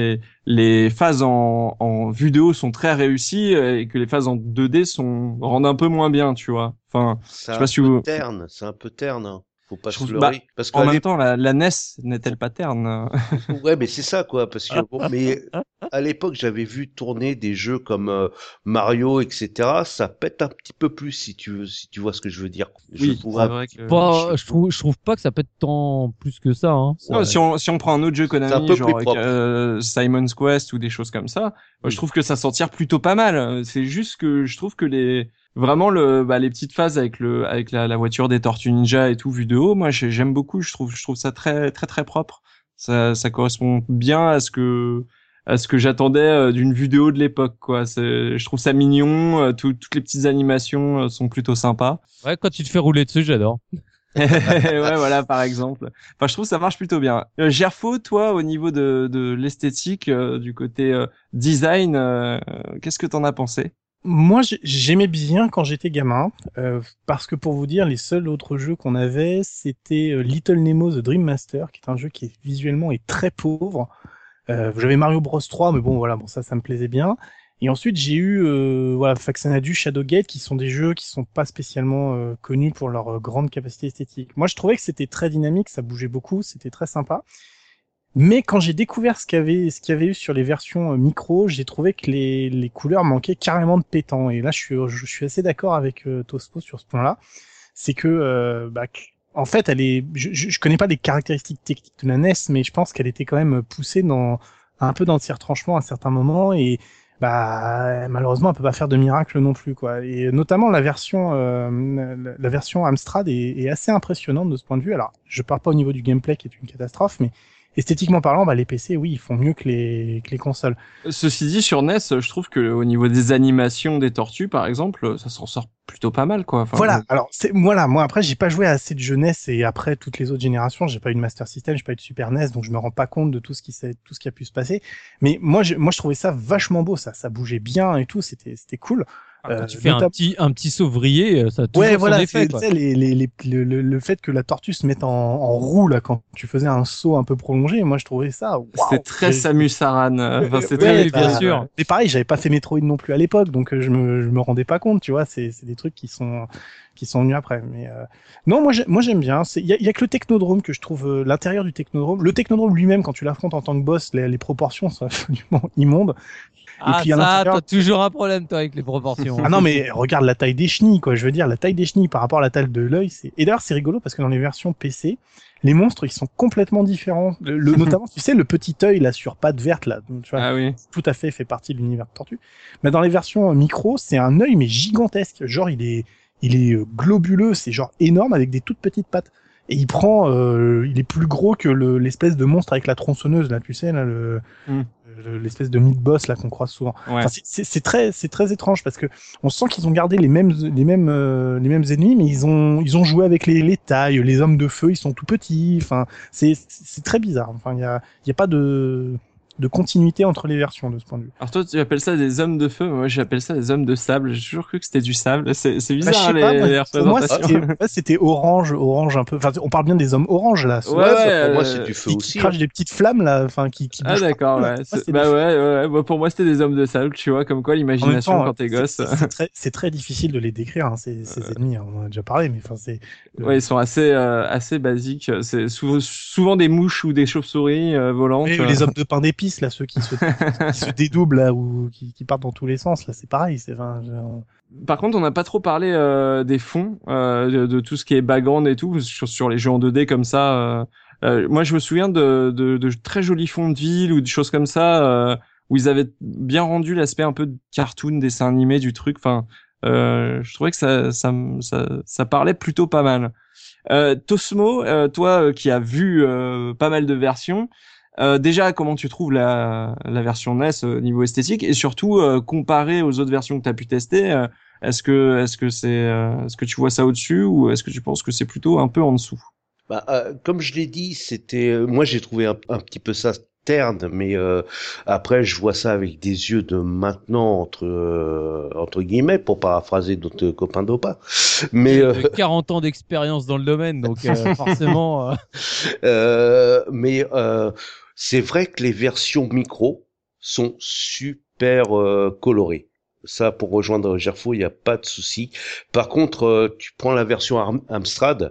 les phases en vue de haut sont très réussies et que les phases en 2D rendent un peu moins bien, tu vois. Enfin, je sais pas si vous... C'est un peu terne. Hein. Faut pas se bah, leurrer. Parce en même temps, la NES n'est-elle pas terne? Ouais, mais c'est ça, quoi. Parce que, bon, mais à l'époque, j'avais vu tourner des jeux comme Mario, etc. Ça pète un petit peu plus, si tu vois ce que je veux dire. Oui, c'est vrai que... je trouve pas que ça pète tant plus que ça. Hein. Non, si on prend un autre jeu Konami, genre avec, Simon's Quest ou des choses comme ça, moi, je trouve que ça s'en tire plutôt pas mal. C'est juste que je trouve que vraiment les petites phases avec la voiture des Tortues Ninja et tout vu de haut, moi j'aime beaucoup, je trouve ça très très très propre. Ça correspond bien à ce que j'attendais d'une vue de haut de l'époque, quoi. Je trouve ça mignon, toutes les petites animations sont plutôt sympas. Ouais, quand tu te fais rouler dessus, j'adore. Ouais, voilà, par exemple. Enfin, je trouve que ça marche plutôt bien. Gerfo, toi, au niveau de l'esthétique, du côté design, qu'est-ce que t'en as pensé? Moi, j'aimais bien quand j'étais gamin, parce que pour vous dire, les seuls autres jeux qu'on avait, c'était Little Nemo The Dream Master, qui est un jeu qui visuellement est très pauvre. J'avais Mario Bros 3, mais bon, voilà, bon ça me plaisait bien. Et ensuite, j'ai eu Faxanadu, Shadowgate, qui sont des jeux qui sont pas spécialement connus pour leur grande capacité esthétique. Moi, je trouvais que c'était très dynamique, ça bougeait beaucoup, c'était très sympa. Mais quand j'ai découvert ce qu'il y avait eu sur les versions micro, j'ai trouvé que les couleurs manquaient carrément de pétant. Et là, je suis assez d'accord avec Tospo sur ce point-là. C'est que, en fait, je connais pas les caractéristiques techniques de la NES, mais je pense qu'elle était quand même poussée un peu dans ses retranchements à certains moments. Et malheureusement, elle peut pas faire de miracle non plus, quoi. Et notamment la version Amstrad est assez impressionnante de ce point de vue. Alors, je parle pas au niveau du gameplay qui est une catastrophe, mais esthétiquement parlant, les PC, oui, ils font mieux que les consoles. Ceci dit, sur NES, je trouve que au niveau des animations des tortues, par exemple, ça s'en sort plutôt pas mal, quoi. Enfin, voilà. Alors, moi après, j'ai pas joué à assez de jeux NES et après toutes les autres générations, j'ai pas eu de Master System, j'ai pas eu de Super NES, donc je me rends pas compte de tout ce qui a pu se passer. Mais moi, je trouvais ça vachement beau, ça bougeait bien et tout, c'était cool. Quand tu fais un petit sauvrier, ça a toujours son voilà, effet, quoi. tu sais, le fait que la tortue se mette en roue là quand tu faisais un saut un peu prolongé, moi je trouvais ça. C'était très Samus Aran. Enfin, c'était Oui, très... bien sûr. Mais pareil, j'avais pas fait Metroid non plus à l'époque, donc je me rendais pas compte, tu vois. C'est des trucs qui sont venus après. Mais non, moi j'aime bien. Il y a que le Technodrome que je trouve l'intérieur du Technodrome. Le Technodrome lui-même, quand tu l'affrontes en tant que boss, les proportions sont absolument immondes. Ah, puis, à ça, l'intérieur- t'as toujours un problème, toi, avec les proportions. Ah non, mais regarde la taille des chenilles, quoi. Je veux dire, la taille des chenilles par rapport à la taille de l'œil, c'est. Et d'ailleurs, c'est rigolo parce que dans les versions PC, les monstres, ils sont complètement différents. Notamment, tu sais, le petit œil là sur patte verte là, tu vois, Ah oui. tout à fait partie de l'univers de Tortue. Mais dans les versions micro, c'est un œil mais gigantesque. Genre, il est globuleux, c'est genre énorme avec des toutes petites pattes. Et il est plus gros que l'espèce de monstre avec la tronçonneuse là, tu sais là, l'espèce de mid-boss là qu'on croise souvent. Ouais. Enfin, c'est très étrange parce que on sent qu'ils ont gardé les mêmes ennemis, mais ils ont joué avec les tailles, les hommes de feu, ils sont tout petits. Enfin, c'est très bizarre. Enfin, il y a pas de continuité entre les versions de ce point de vue. Alors toi, tu appelles ça des hommes de feu, mais moi j'appelle ça des hommes de sable. J'ai toujours cru que c'était du sable. C'est Bah, je bizarre sais pas, les pour moi, représentations. c'était orange un peu. Enfin, on parle bien des hommes orange là. Ouais, ça, pour moi, euh, c'est du feu Qui aussi. crachent des petites flammes là, enfin qui Ah bougent d'accord, partout, là. ouais. Moi, c'est Bah des- ouais. Moi, pour moi, c'était des hommes de sable, tu vois, comme quoi En même l'imagination temps, quand t'es gosse. c'est très difficile de les décrire, hein, ces ennemis. Hein, on en a déjà parlé, mais enfin, c'est. Ouais, ils sont assez basiques. C'est souvent des mouches ou des chauves-souris volantes. Oui, les hommes de pain d'épices, là, ceux qui se dédoublent, là, ou qui partent dans tous les sens, là, c'est pareil. Par contre, on n'a pas trop parlé des fonds, de tout ce qui est background et tout, sur les jeux en 2D comme ça. Moi, je me souviens de très jolis fonds de ville ou des choses comme ça, où ils avaient bien rendu l'aspect un peu de cartoon, dessin animé du truc. Enfin, je trouvais que ça parlait plutôt pas mal. Tosmo, toi qui as vu pas mal de versions, déjà comment tu trouves la version NES au niveau esthétique et surtout comparé aux autres versions que tu as pu tester, est-ce que tu vois ça au-dessus ou est-ce que tu penses que c'est plutôt un peu en dessous? Bah, comme je l'ai dit, moi j'ai trouvé un petit peu ça terne, mais après je vois ça avec des yeux de maintenant entre guillemets pour paraphraser notre copain d'Opa. Mais De 40 ans d'expérience dans le domaine, donc forcément. c'est vrai que les versions micro sont super colorées. Ça, pour rejoindre Gerfo, il n'y a pas de souci. Par contre, tu prends la version Amstrad,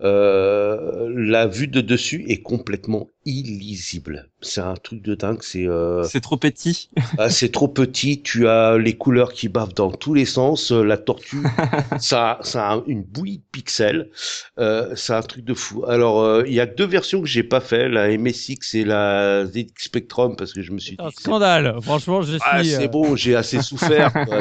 la vue de dessus est complètement illisible. C'est un truc de dingue. C'est trop petit. C'est trop petit. Tu as les couleurs qui bavent dans tous les sens. La tortue, ça a une bouillie de pixels. C'est un truc de fou. Alors, il y a deux versions que j'ai pas fait, la MSX et la ZX Spectrum, parce que je me suis dit, Un scandale. Franchement, je suis. c'est bon, j'ai assez souffert. Quoi.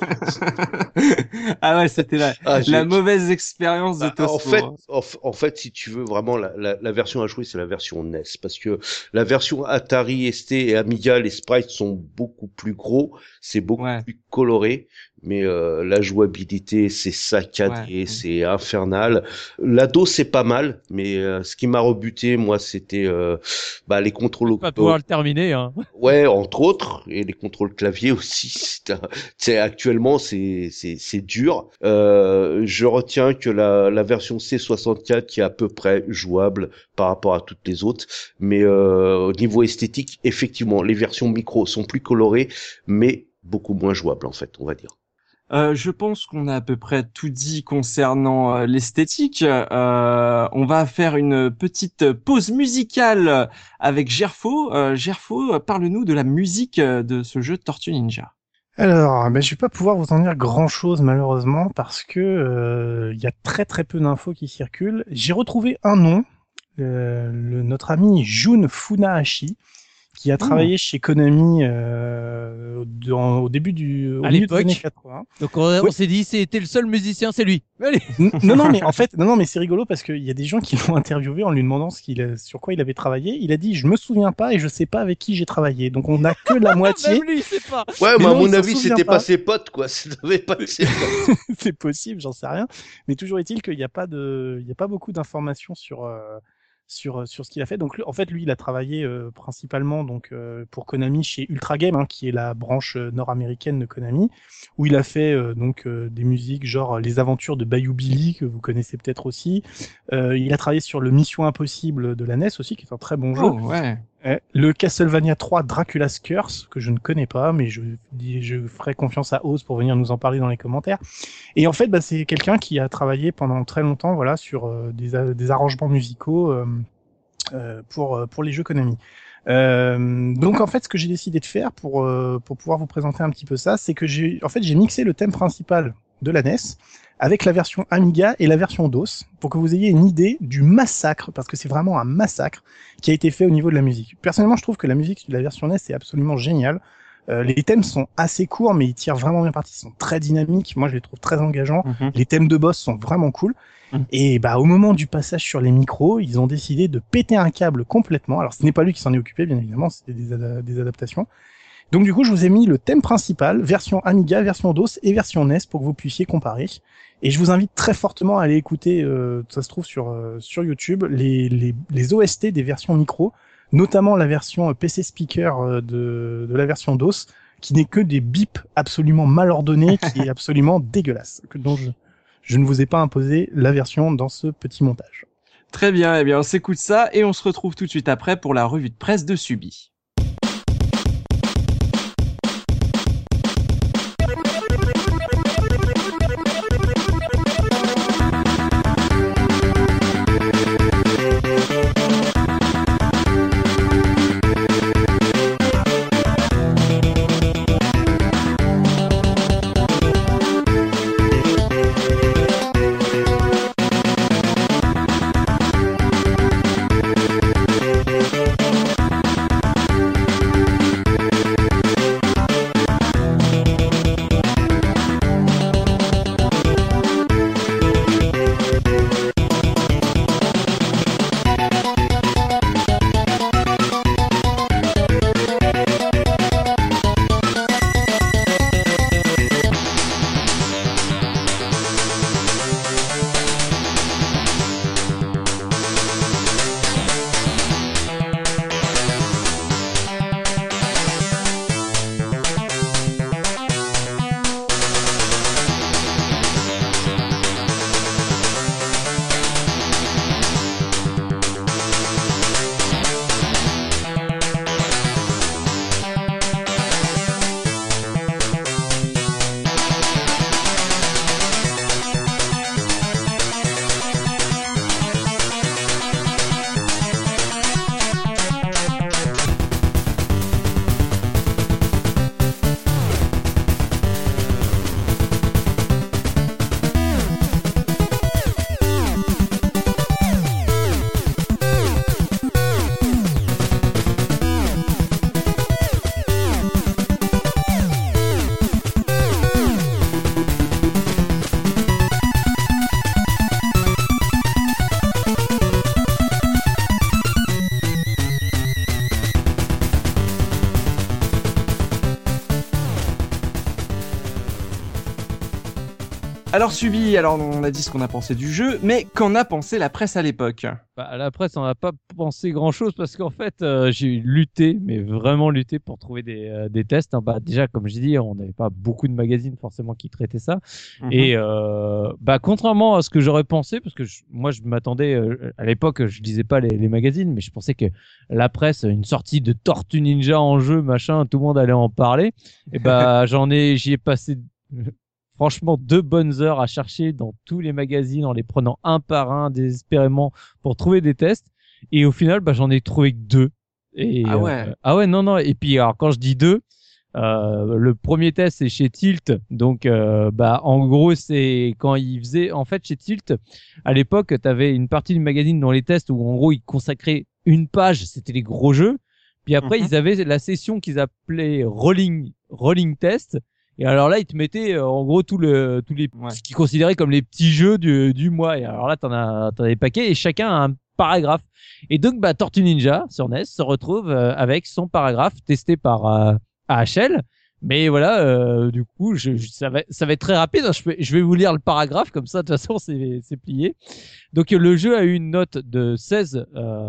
Ah ouais, c'était la mauvaise expérience de Tosmo. En fait, si tu veux vraiment la version à jouer, c'est la version NES, parce que la version Atari ST et Amiga, les sprites sont beaucoup plus gros, c'est beaucoup plus coloré, mais la jouabilité, c'est saccadé, c'est infernal. L'ado, c'est pas mal, mais ce qui m'a rebuté, moi, c'était les contrôles. Pas pouvoir le terminer, hein. Ouais, entre autres, et les contrôles clavier aussi. Actuellement, c'est dur. Je retiens que la version C64 qui est à peu près jouable par rapport à toutes les autres, mais au niveau esthétique, effectivement, les versions micro sont plus colorées, mais beaucoup moins jouables en fait, on va dire. Je pense qu'on a à peu près tout dit concernant l'esthétique. On va faire une petite pause musicale avec Gerfo. Gerfo, parle-nous de la musique de ce jeu Tortue Ninja. Alors, je vais pas pouvoir vous en dire grand-chose malheureusement parce que y a très très peu d'infos qui circulent. J'ai retrouvé un nom, notre ami Jun Funahashi, qui a travaillé chez Konami au début au milieu des années 80. Donc on s'est dit c'était le seul musicien, c'est lui. Allez. Non mais c'est rigolo parce qu'il y a des gens qui l'ont interviewé en lui demandant sur quoi il avait travaillé. Il a dit je me souviens pas et je sais pas avec qui j'ai travaillé. Donc on n'a que la moitié. Même lui, il sait pas. Ouais, mais non, à mon il s'en avis, souvient c'était pas. pas ses potes quoi. Ça devait pas être ses potes. C'est possible, j'en sais rien. Mais toujours est-il qu'il n'y a pas beaucoup d'informations sur ce qu'il a fait. Donc en fait lui il a travaillé principalement donc pour Konami chez Ultra Game, hein, qui est la branche nord-américaine de Konami, où il a fait des musiques genre Les Aventures de Bayou Billy, que vous connaissez peut-être aussi. Il a travaillé sur le Mission Impossible de la NES aussi, qui est un très bon jeu. Oh, ouais. Le Castlevania 3 Dracula's Curse, que je ne connais pas, mais je ferai confiance à Oz pour venir nous en parler dans les commentaires. Et en fait, bah, c'est quelqu'un qui a travaillé pendant très longtemps, voilà, sur des arrangements musicaux pour les jeux Konami. Donc en fait, ce que j'ai décidé de faire pour pouvoir vous présenter un petit peu ça, c'est que j'ai mixé le thème principal de la NES avec la version Amiga et la version DOS pour que vous ayez une idée du massacre, parce que c'est vraiment un massacre qui a été fait au niveau de la musique. Personnellement, je trouve que la musique de la version NES est absolument géniale. Les thèmes sont assez courts, mais ils tirent vraiment bien parti. Ils sont très dynamiques. Moi, je les trouve très engageants. Les thèmes de boss sont vraiment cool. Et bah, au moment du passage sur les micros, ils ont décidé de péter un câble complètement. Alors, ce n'est pas lui qui s'en est occupé, bien évidemment. C'était des adaptations. Donc, du coup, je vous ai mis le thème principal, version Amiga, version DOS et version NES pour que vous puissiez comparer. Et je vous invite très fortement à aller écouter, ça se trouve sur YouTube, les OST des versions micro, notamment la version PC Speaker de la version DOS, qui n'est que des bips absolument mal ordonnés, qui est absolument dégueulasse. Donc je ne vous ai pas imposé la version dans ce petit montage. Très bien, eh bien on s'écoute ça et on se retrouve tout de suite après pour la revue de presse de Subi. Alors Subi, alors on a dit ce qu'on a pensé du jeu, mais qu'en a pensé la presse à l'époque? Bah, la presse, on n'a pas pensé grand-chose parce qu'en fait, j'ai lutté, mais vraiment lutté pour trouver des tests. Hein. Bah, déjà, comme j'ai dit, on n'avait pas beaucoup de magazines forcément qui traitaient ça. Et bah, contrairement à ce que j'aurais pensé, parce que moi, je m'attendais à l'époque, je lisais pas les magazines, mais je pensais que la presse, une sortie de Tortue Ninja en jeu, machin, tout le monde allait en parler. Et bah, j'y ai passé. Franchement, 2 bonnes heures à chercher dans tous les magazines en les prenant un par un désespérément pour trouver des tests. Et au final, bah, j'en ai trouvé que 2. Et, ah ouais. Non. Et puis, alors, quand je dis 2, le premier test, c'est chez Tilt. Donc, bah, en gros, c'est quand ils faisaient, en fait, chez Tilt, à l'époque, t'avais une partie du magazine dans les tests où, en gros, ils consacraient une page, c'était les gros jeux. Puis après, ils avaient la session qu'ils appelaient Rolling Test. Et alors là, ils te mettaient en gros tous les ce qu'ils considéraient comme les petits jeux du mois. Et alors là, t'en as des paquets et chacun a un paragraphe. Et donc, bah, Tortue Ninja sur NES se retrouve avec son paragraphe testé par AHL, Mais voilà, du coup, ça va être très rapide. Hein. Je vais vous lire le paragraphe comme ça. De toute façon, c'est plié. Donc le jeu a eu une note de 16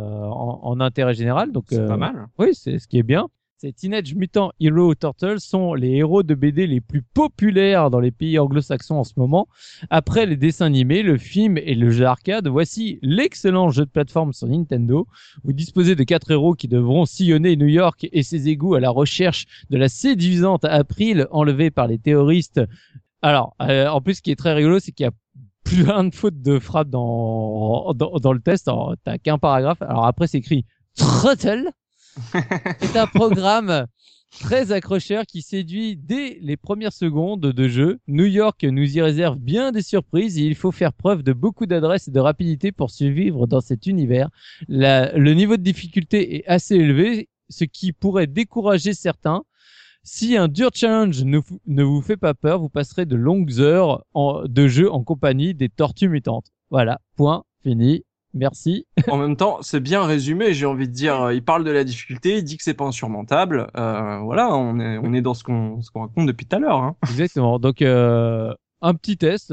en intérêt général. Donc C'est pas mal. oui, c'est ce qui est bien. Ces Teenage Mutant Hero Turtles sont les héros de BD les plus populaires dans les pays anglo-saxons en ce moment. Après les dessins animés, le film et le jeu d'arcade, voici l'excellent jeu de plateforme sur Nintendo. Vous disposez de 4 héros qui devront sillonner New York et ses égouts à la recherche de la séduisante April enlevée par les terroristes. Alors, en plus, ce qui est très rigolo, c'est qu'il y a plein de fautes de frappe dans le test. Alors, t'as qu'un paragraphe. Alors après, c'est écrit Trottle. C'est un programme très accrocheur qui séduit dès les premières secondes de jeu. New York nous y réserve bien des surprises et il faut faire preuve de beaucoup d'adresse et de rapidité pour survivre dans cet univers. Le niveau de difficulté est assez élevé, ce qui pourrait décourager certains. Si un dur challenge ne vous fait pas peur, vous passerez de longues heures de jeu en compagnie des tortues mutantes. Voilà, point, fini. Merci. En même temps, c'est bien résumé, j'ai envie de dire. Il parle de la difficulté, il dit que c'est pas insurmontable. Voilà, on est dans ce qu'on raconte depuis tout à l'heure. Hein. Exactement. Donc un petit test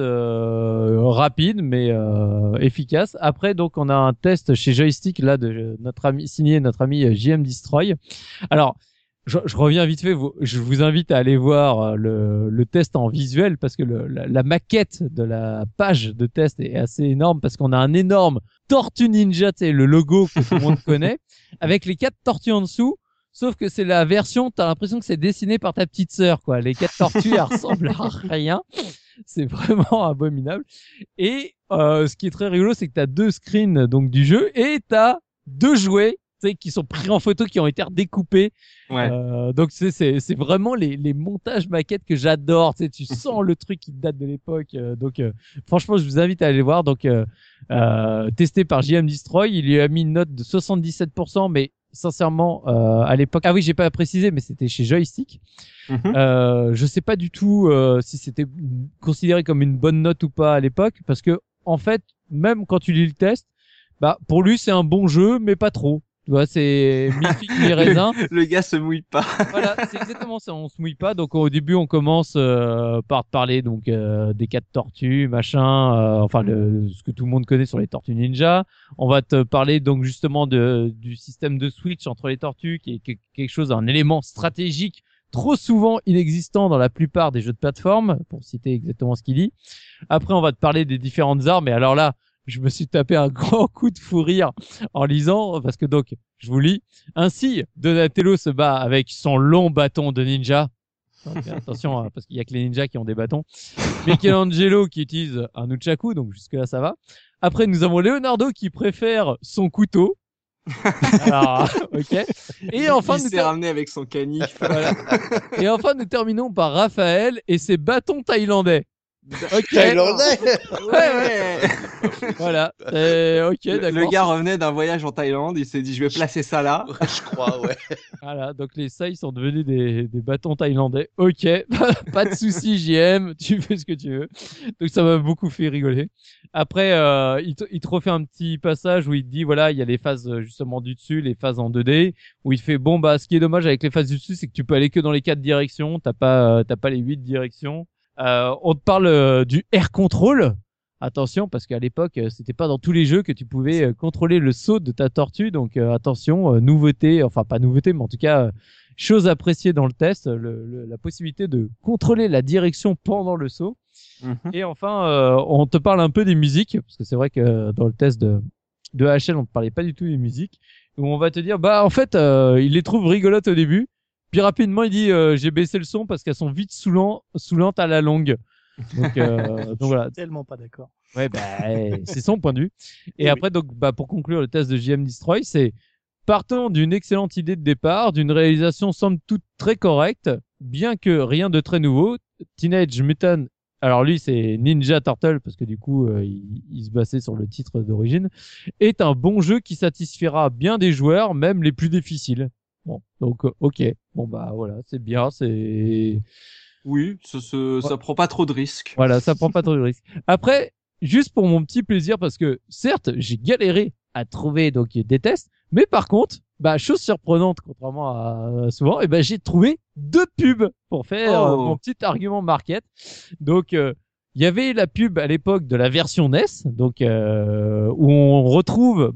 rapide mais efficace. Après, donc on a un test chez Joystick là de signé notre ami JM Destroy. Alors je reviens vite fait. Je vous invite à aller voir le test en visuel parce que la maquette de la page de test est assez énorme parce qu'on a un énorme Tortue Ninja, tu sais, le logo que tout le monde connaît, avec les 4 tortues en dessous. Sauf que c'est la version, t'as l'impression que c'est dessiné par ta petite sœur, quoi. Les 4 tortues, elles ressemblent à rien. C'est vraiment abominable. Et ce qui est très rigolo, c'est que t'as 2 screens donc du jeu et t'as 2 jouets. Tu sais, qui sont pris en photo, qui ont été redécoupés. Ouais. Donc c'est vraiment les montages maquettes que j'adore. Tu sais, tu sens le truc qui date de l'époque. Donc franchement, je vous invite à aller voir. Donc testé par JM Destroy, il lui a mis une note de 77%, mais sincèrement à l'époque, ah oui, j'ai pas précisé, mais c'était chez Joystick. Je sais pas du tout si c'était considéré comme une bonne note ou pas à l'époque, parce que en fait, même quand tu lis le test, bah pour lui c'est un bon jeu, mais pas trop. Tu vois, c'est mi-figue, mi-raisin. Le gars se mouille pas. Voilà, c'est exactement ça. On se mouille pas. Donc au début, on commence par parler donc des 4 tortues, machin. Enfin, ce que tout le monde connaît sur les tortues ninja. On va te parler donc justement du système de switch entre les tortues, qui est quelque chose, un élément stratégique trop souvent inexistant dans la plupart des jeux de plateforme, pour citer exactement ce qu'il dit. Après, on va te parler des différentes armes. Et alors là, je me suis tapé un grand coup de fou rire en lisant, parce que donc, je vous lis. Ainsi, Donatello se bat avec son long bâton de ninja. Donc, attention, hein, parce qu'il y a que les ninjas qui ont des bâtons. Michelangelo qui utilise un nunchaku, donc jusque-là, ça va. Après, nous avons Leonardo qui préfère son couteau. Alors, ok. Et enfin, il s'est ramené avec son canif. Voilà. Et enfin, nous terminons par Raphaël et ses bâtons thaïlandais. Ok. Thaïlandais. Ouais. Voilà. Ok, d'accord. Le gars revenait d'un voyage en Thaïlande, il s'est dit je vais placer ça là. Je crois, ouais. Voilà, donc les saïs sont devenus des bâtons thaïlandais. Ok, pas de souci, JM, tu fais ce que tu veux. Donc ça m'a beaucoup fait rigoler. Après, il te refait un petit passage où il te dit voilà, il y a les phases justement du dessus, les phases en 2D, où il fait bon bah ce qui est dommage avec les phases du dessus, c'est que tu peux aller que dans les 4 directions, t'as pas les 8 directions. On te parle du air control. Attention, parce qu'à l'époque, c'était pas dans tous les jeux que tu pouvais contrôler le saut de ta tortue. Donc attention, nouveauté, enfin pas nouveauté, mais en tout cas, chose appréciée dans le test, la possibilité de contrôler la direction pendant le saut. Et enfin, on te parle un peu des musiques, parce que c'est vrai que dans le test de HL, on ne parlait pas du tout des musiques, où on va te dire, bah en fait, il les trouve rigolotes au début. Puis rapidement, il dit j'ai baissé le son parce qu'elles sont vite saoulantes à la longue. Donc voilà. Tellement pas d'accord. Ouais, bah c'est son point de vue. Et après, donc bah pour conclure le test de JM Destroy, c'est partant d'une excellente idée de départ, d'une réalisation somme toute très correcte, bien que rien de très nouveau. Teenage Mutant, alors lui c'est Ninja Turtle parce que du coup il se basait sur le titre d'origine, est un bon jeu qui satisfera bien des joueurs, même les plus difficiles. Bon, donc ok, bon bah voilà, c'est bien, c'est oui, ça prend pas trop de risques. Voilà, ça prend pas trop de risques. Après, juste pour mon petit plaisir, parce que certes, j'ai galéré à trouver donc des tests, mais par contre, bah chose surprenante, contrairement à souvent, et ben j'ai trouvé 2 pubs pour faire mon petit argument market. Donc, il y avait la pub à l'époque de la version NES, donc où on retrouve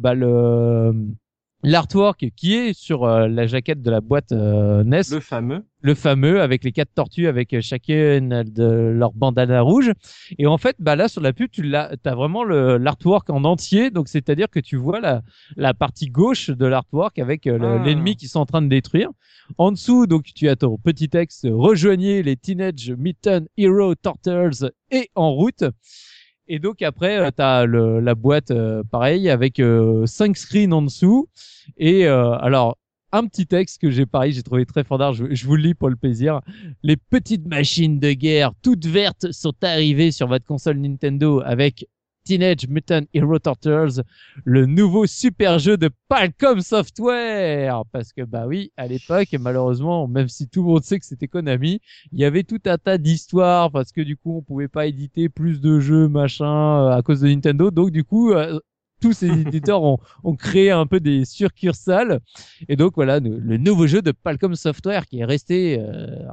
l'artwork qui est sur la jaquette de la boîte NES. Le fameux avec les 4 tortues avec chacune de leur bandana rouge. Et en fait, là sur la pub, t'as vraiment l'artwork en entier. Donc c'est-à-dire que tu vois la partie gauche de l'artwork avec l'ennemi qu'ils sont en train de détruire. En dessous, donc tu as ton petit texte: rejoignez les Teenage Mutant Hero Turtles et en route. Et donc après, t'as la boîte pareil avec 5 screens en dessous. Et alors un petit texte que j'ai trouvé très fort. Je vous le lis pour le plaisir. Les petites machines de guerre toutes vertes sont arrivées sur votre console Nintendo avec Teenage Mutant Hero Turtles, le nouveau super jeu de Palcom Software. Parce que oui, à l'époque, malheureusement, même si tout le monde sait que c'était Konami, il y avait tout un tas d'histoires parce que du coup, on pouvait pas éditer plus de jeux machin à cause de Nintendo. Donc du coup, tous ces éditeurs ont créé un peu des succursales. Et donc voilà, le nouveau jeu de Palcom Software qui est resté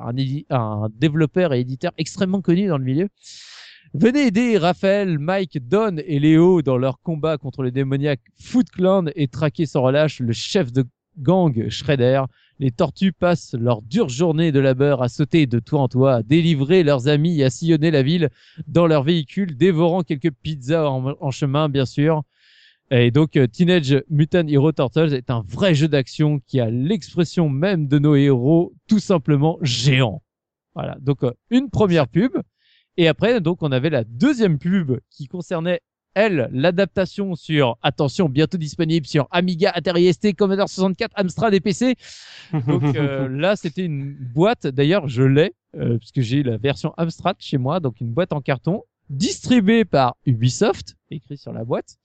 un développeur et éditeur extrêmement connu dans le milieu. Venez aider Raphaël, Mike, Don et Léo dans leur combat contre le démoniaque Foot Clan et traquer sans relâche le chef de gang Shredder. Les tortues passent leur dure journée de labeur à sauter de toit en toit, à délivrer leurs amis et à sillonner la ville dans leur véhicule, dévorant quelques pizzas en chemin, bien sûr. Et donc, Teenage Mutant Hero Turtles est un vrai jeu d'action qui a l'expression même de nos héros, tout simplement géants. Voilà. Donc, une première pub. Et après, donc, on avait la deuxième pub qui concernait, elle, l'adaptation sur, attention, bientôt disponible sur Amiga, Atari ST, Commodore 64, Amstrad et PC. Donc là, c'était une boîte. D'ailleurs, je l'ai, parce que j'ai la version Amstrad chez moi, donc une boîte en carton, distribuée par Ubisoft, écrit sur la boîte.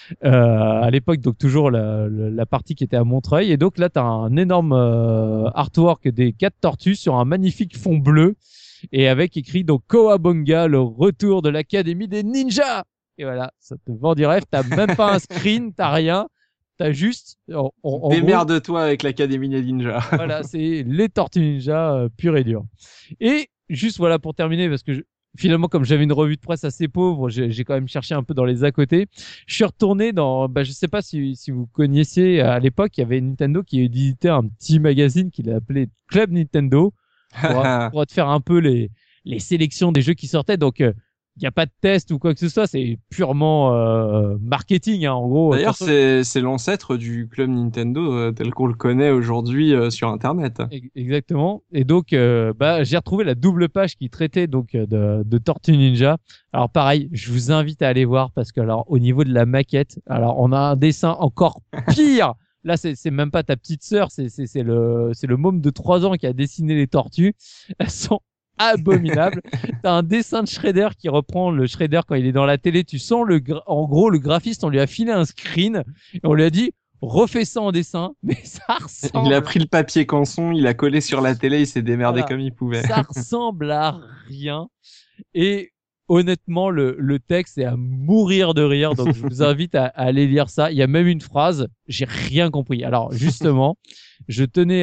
À l'époque, donc toujours la partie qui était à Montreuil. Et donc là, tu as un énorme artwork des 4 tortues sur un magnifique fond bleu. Et avec écrit donc Kawabunga, le retour de l'Académie des ninjas. Et voilà, ça te vend du rêve. T'as même pas un screen, t'as rien. T'as juste... Démerde-toi avec l'Académie des ninjas. Voilà, c'est les Tortues Ninja pur et dur. Et juste voilà pour terminer, parce que finalement, comme j'avais une revue de presse assez pauvre, j'ai quand même cherché un peu dans les à côté. Je suis retourné dans... je sais pas si vous connaissiez, à l'époque, il y avait Nintendo qui éditait un petit magazine qu'il appelait Club Nintendo. Pour te faire un peu les sélections des jeux qui sortaient. Donc, il n'y a pas de test ou quoi que ce soit. C'est purement marketing, hein, en gros. D'ailleurs, c'est l'ancêtre du club Nintendo tel qu'on le connaît aujourd'hui sur Internet. Exactement. Et donc, j'ai retrouvé la double page qui traitait donc de Tortue Ninja. Alors, pareil, je vous invite à aller voir parce que, alors, au niveau de la maquette, alors, on a un dessin encore pire. Là, c'est même pas ta petite sœur, c'est le môme de 3 ans qui a dessiné les tortues. Elles sont abominables. T'as un dessin de Shredder qui reprend le Shredder quand il est dans la télé. Tu sens en gros, le graphiste, on lui a filé un screen et on lui a dit, refais ça en dessin, mais ça ressemble. Il a pris le papier canson, il a collé sur la télé, il s'est démerdé voilà. Comme il pouvait. Ça ressemble à rien. Et honnêtement, le texte est à mourir de rire, donc je vous invite à aller lire ça. Il y a même une phrase, j'ai rien compris. Alors justement, je tenais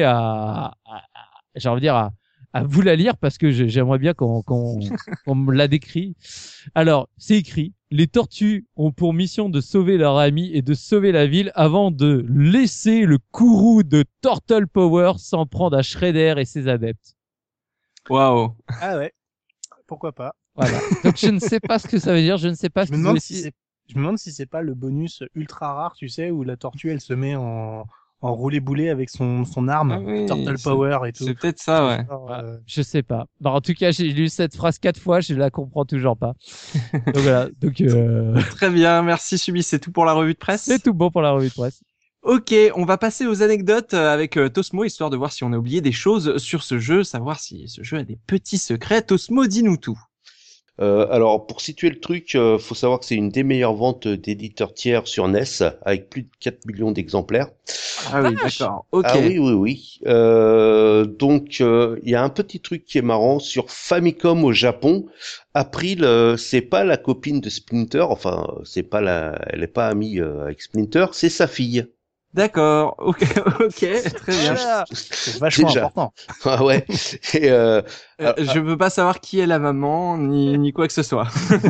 j'ai envie de dire à vous la lire parce que j'aimerais bien qu'on me la décrit. Alors, c'est écrit: les tortues ont pour mission de sauver leur ami et de sauver la ville avant de laisser le courroux de Turtle Power s'en prendre à Shredder et ses adeptes. Waouh. Ah ouais, pourquoi pas. Voilà. Donc je ne sais pas ce que ça veut dire, je ne sais pas. Je me demande si c'est pas le bonus ultra rare, tu sais, où la tortue elle se met en roulé-boulé avec son arme, Turtle Power et tout. C'est peut-être ça, ouais. Je sais pas. En tout cas, j'ai lu cette phrase 4 fois, je la comprends toujours pas. Donc voilà. Donc très bien, merci Subi, c'est tout pour la revue de presse. C'est tout bon pour la revue de presse. Ok, on va passer aux anecdotes avec Tosmo, histoire de voir si on a oublié des choses sur ce jeu, savoir si ce jeu a des petits secrets. Tosmo, dis-nous tout. Alors, pour situer le truc, faut savoir que c'est une des meilleures ventes d'éditeurs tiers sur NES, avec plus de 4 millions d'exemplaires. Ah oui, d'accord. Ok. Ah oui. Donc, il y a un petit truc qui est marrant sur Famicom au Japon. April, c'est pas la copine de Splinter, enfin, elle est pas amie avec Splinter, c'est sa fille. D'accord. Ok, ok, très bien. Voilà. C'est vachement Déjà. important. Ah ouais. Et Je veux pas savoir qui est la maman ni quoi que ce soit.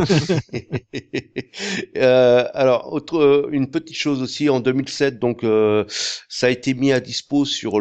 alors, une petite chose aussi, en 2007, donc ça a été mis à dispo sur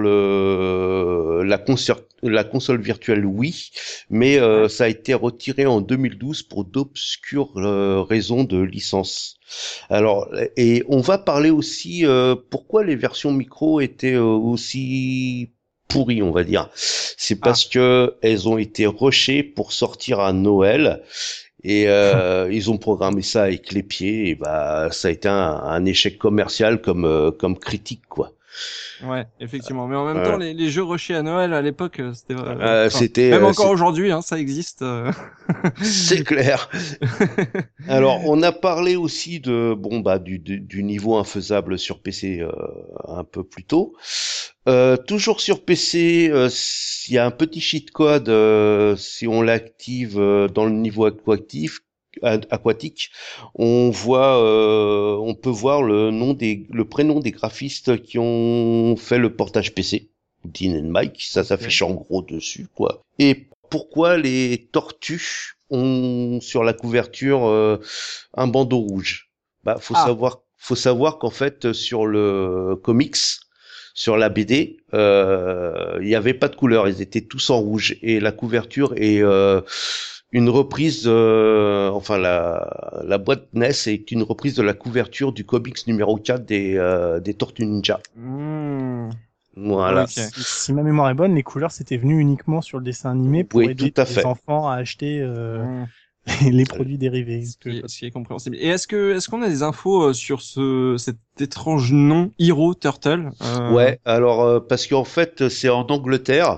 la console virtuelle Wii, mais ça a été retiré en 2012 pour d'obscures raisons de licence. Alors, et on va parler aussi pourquoi les versions micro étaient aussi pourries, on va dire. C'est parce que elles ont été rushées pour sortir à Noël. Et ils ont programmé ça avec les pieds, et bah ça a été un échec commercial comme critique, quoi. Ouais, effectivement. Mais en même temps, les jeux rushés à Noël à l'époque, c'était C'était même encore aujourd'hui, hein, ça existe. C'est clair. Alors, on a parlé aussi de du niveau infaisable sur PC un peu plus tôt. Toujours sur PC, il y a un petit cheat code si on l'active dans le niveau aquatique, on peut voir le prénom des graphistes qui ont fait le portage PC. Dean and Mike, ça s'affiche en gros dessus, quoi. Et pourquoi les tortues ont sur la couverture un bandeau rouge? Bah, faut savoir qu'en fait sur le comics, sur la BD, il y avait pas de couleur, ils étaient tous en rouge et la couverture est une reprise, enfin la boîte NES est une reprise de la couverture du comics numéro 4 des Tortues Ninja. Voilà. Okay. Si ma mémoire est bonne, les couleurs c'était venu uniquement sur le dessin animé pour aider tout à les fait. enfants à acheter les produits dérivés. Ce qui est compréhensible. Et est-ce qu'on a des infos sur cet étrange nom Hero Turtle Ouais, alors parce qu'en fait c'est en Angleterre,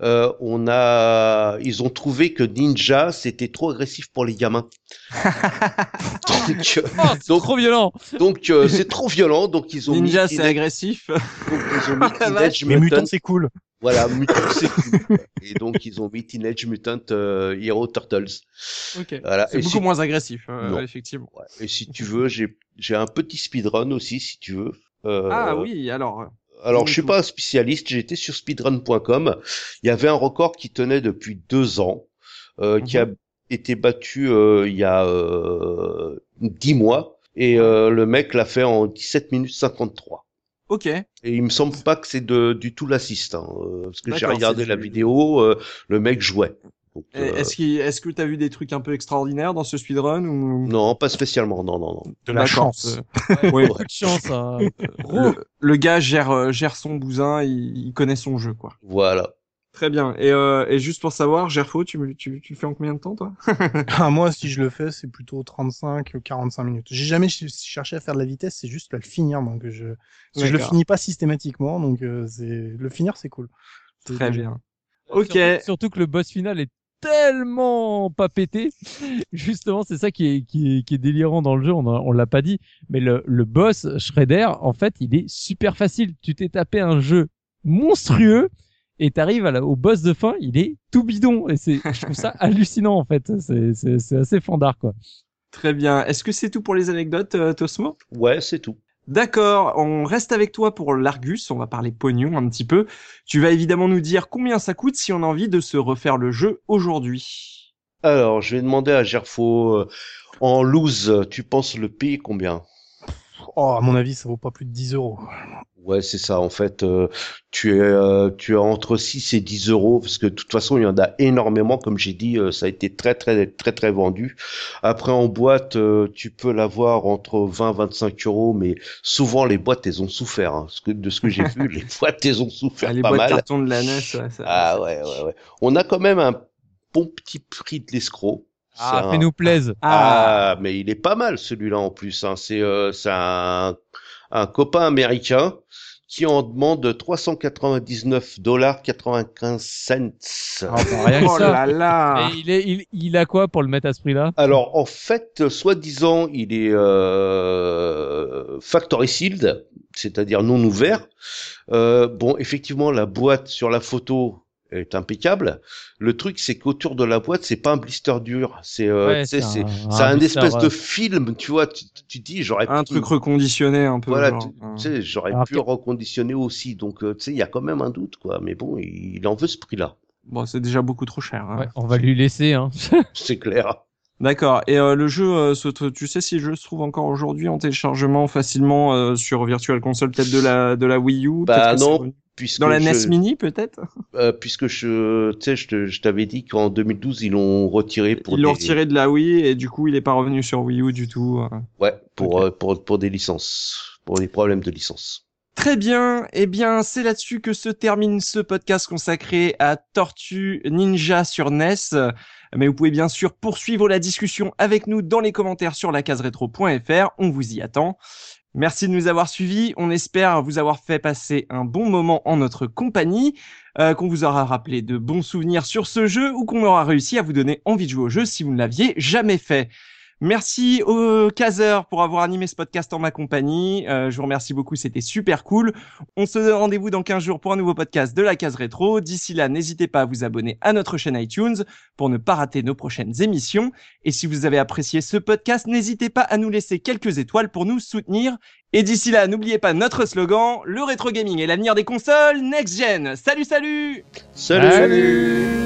ils ont trouvé que Ninja c'était trop agressif pour les gamins. C'est trop violent. Donc c'est trop violent, donc ils ont Ninja mis c'est agressif. Donc ils ont mis Teenage Mais Mutant. mutant c'est cool. Voilà, Mutant c'est cool. Et donc ils ont mis Teenage Mutant Hero Turtles. Ok. Voilà. C'est beaucoup moins agressif, non. effectivement. Ouais. Et si tu veux, j'ai un petit speedrun aussi, si tu veux. Ah oui, alors. Alors, je suis pas un spécialiste, j'ai été sur speedrun.com. Il y avait un record qui tenait depuis 2 ans, qui a été battu il y a 10 mois, et le mec l'a fait en 17 minutes 53. Ok. Et il me semble pas que c'est du tout l'assist, hein, parce que j'ai D'accord, regardé la vidéo, le mec jouait. Donc, est-ce que t'as vu des trucs un peu extraordinaires dans ce speedrun ou non, pas spécialement, non. De la chance. Oui. Beaucoup de chance. Hein. Le gars gère son bousin, il connaît son jeu, quoi. Voilà. Très bien. Et juste pour savoir, Gerfo, tu le fais en combien de temps, toi? Moi, si je le fais, c'est plutôt 35-45 minutes. J'ai jamais cherché à faire de la vitesse, c'est juste à le finir. Donc je le finis pas systématiquement, donc le finir, c'est cool. Très bien. Ok. Surtout que le boss final est tellement pas pété. Justement, c'est ça qui est délirant dans le jeu. On l'a pas dit, mais le boss Shredder, en fait, il est super facile. Tu t'es tapé un jeu monstrueux et t'arrives au boss de fin, il est tout bidon. Et je trouve ça hallucinant, en fait. C'est assez fandard, quoi. Très bien. Est-ce que c'est tout pour les anecdotes, Tosmo? Ouais, c'est tout. D'accord, on reste avec toi pour l'Argus, on va parler pognon un petit peu. Tu vas évidemment nous dire combien ça coûte si on a envie de se refaire le jeu aujourd'hui. Alors, je vais demander à Gerfo, en loose, tu penses le payer combien? Oh, à mon avis, ça vaut pas plus de 10 €. Ouais, c'est ça. En fait, tu es entre 6 et 10 euros parce que de toute façon, il y en a énormément. Comme j'ai dit, ça a été très, très, très, très vendu. Après, en boîte, tu peux l'avoir entre 20 et 25 euros, mais souvent, les boîtes, elles ont souffert. Hein. De ce que j'ai vu, les boîtes, elles ont souffert les pas boîtes mal. carton de la NES, ouais. On a quand même un bon petit prix de l'escroc. Fais-nous plaise. Mais il est pas mal celui-là en plus. Hein. C'est un copain américain qui en demande $399.95. Rien que ça. Là là. Et il a quoi pour le mettre à ce prix-là? Alors en fait, soi-disant, il est factory sealed, c'est-à-dire non ouvert. Bon, effectivement, la boîte sur la photo, est impeccable. Le truc, c'est qu'autour de la boîte, c'est pas un blister dur. C'est, Ouais, tu sais, c'est c'est un blister, espèce de film, tu vois. Tu dis, Un truc reconditionné un peu. voilà, genre, tu sais, j'aurais Alors pu reconditionner aussi. Donc, tu sais, il y a quand même un doute, quoi. Mais bon, il en veut ce prix-là. Bon, c'est déjà beaucoup trop cher. Hein. Ouais, on va lui laisser. Hein. C'est clair. D'accord. Et le jeu, tu sais si le jeu se trouve encore aujourd'hui en téléchargement facilement sur Virtual Console, peut-être de la Wii U, Bah peut-être que c'est non, revenu. puisque Dans la NES Mini, peut-être. puisque tu sais, je t'avais dit qu'en 2012, ils l'ont retiré pour Ils l'ont retiré de la Wii et du coup, il est pas revenu sur Wii U du tout. Ouais, Ok. pour des licences, pour des problèmes de licence. Très bien. Eh bien, c'est là-dessus que se termine ce podcast consacré à Tortue Ninja sur NES. Mais vous pouvez bien sûr poursuivre la discussion avec nous dans les commentaires sur lacaseretro.fr. On vous y attend. Merci de nous avoir suivis. On espère vous avoir fait passer un bon moment en notre compagnie, qu'on vous aura rappelé de bons souvenirs sur ce jeu ou qu'on aura réussi à vous donner envie de jouer au jeu si vous ne l'aviez jamais fait. Merci au Kazer pour avoir animé ce podcast en ma compagnie. Je vous remercie beaucoup, c'était super cool. On se donne rendez-vous dans 15 jours pour un nouveau podcast de la Case Rétro. D'ici là, n'hésitez pas à vous abonner à notre chaîne iTunes pour ne pas rater nos prochaines émissions. Et si vous avez apprécié ce podcast, n'hésitez pas à nous laisser quelques étoiles pour nous soutenir. Et d'ici là, n'oubliez pas notre slogan, le rétro gaming est l'avenir des consoles next gen. Salut, salut! Salut! Salut.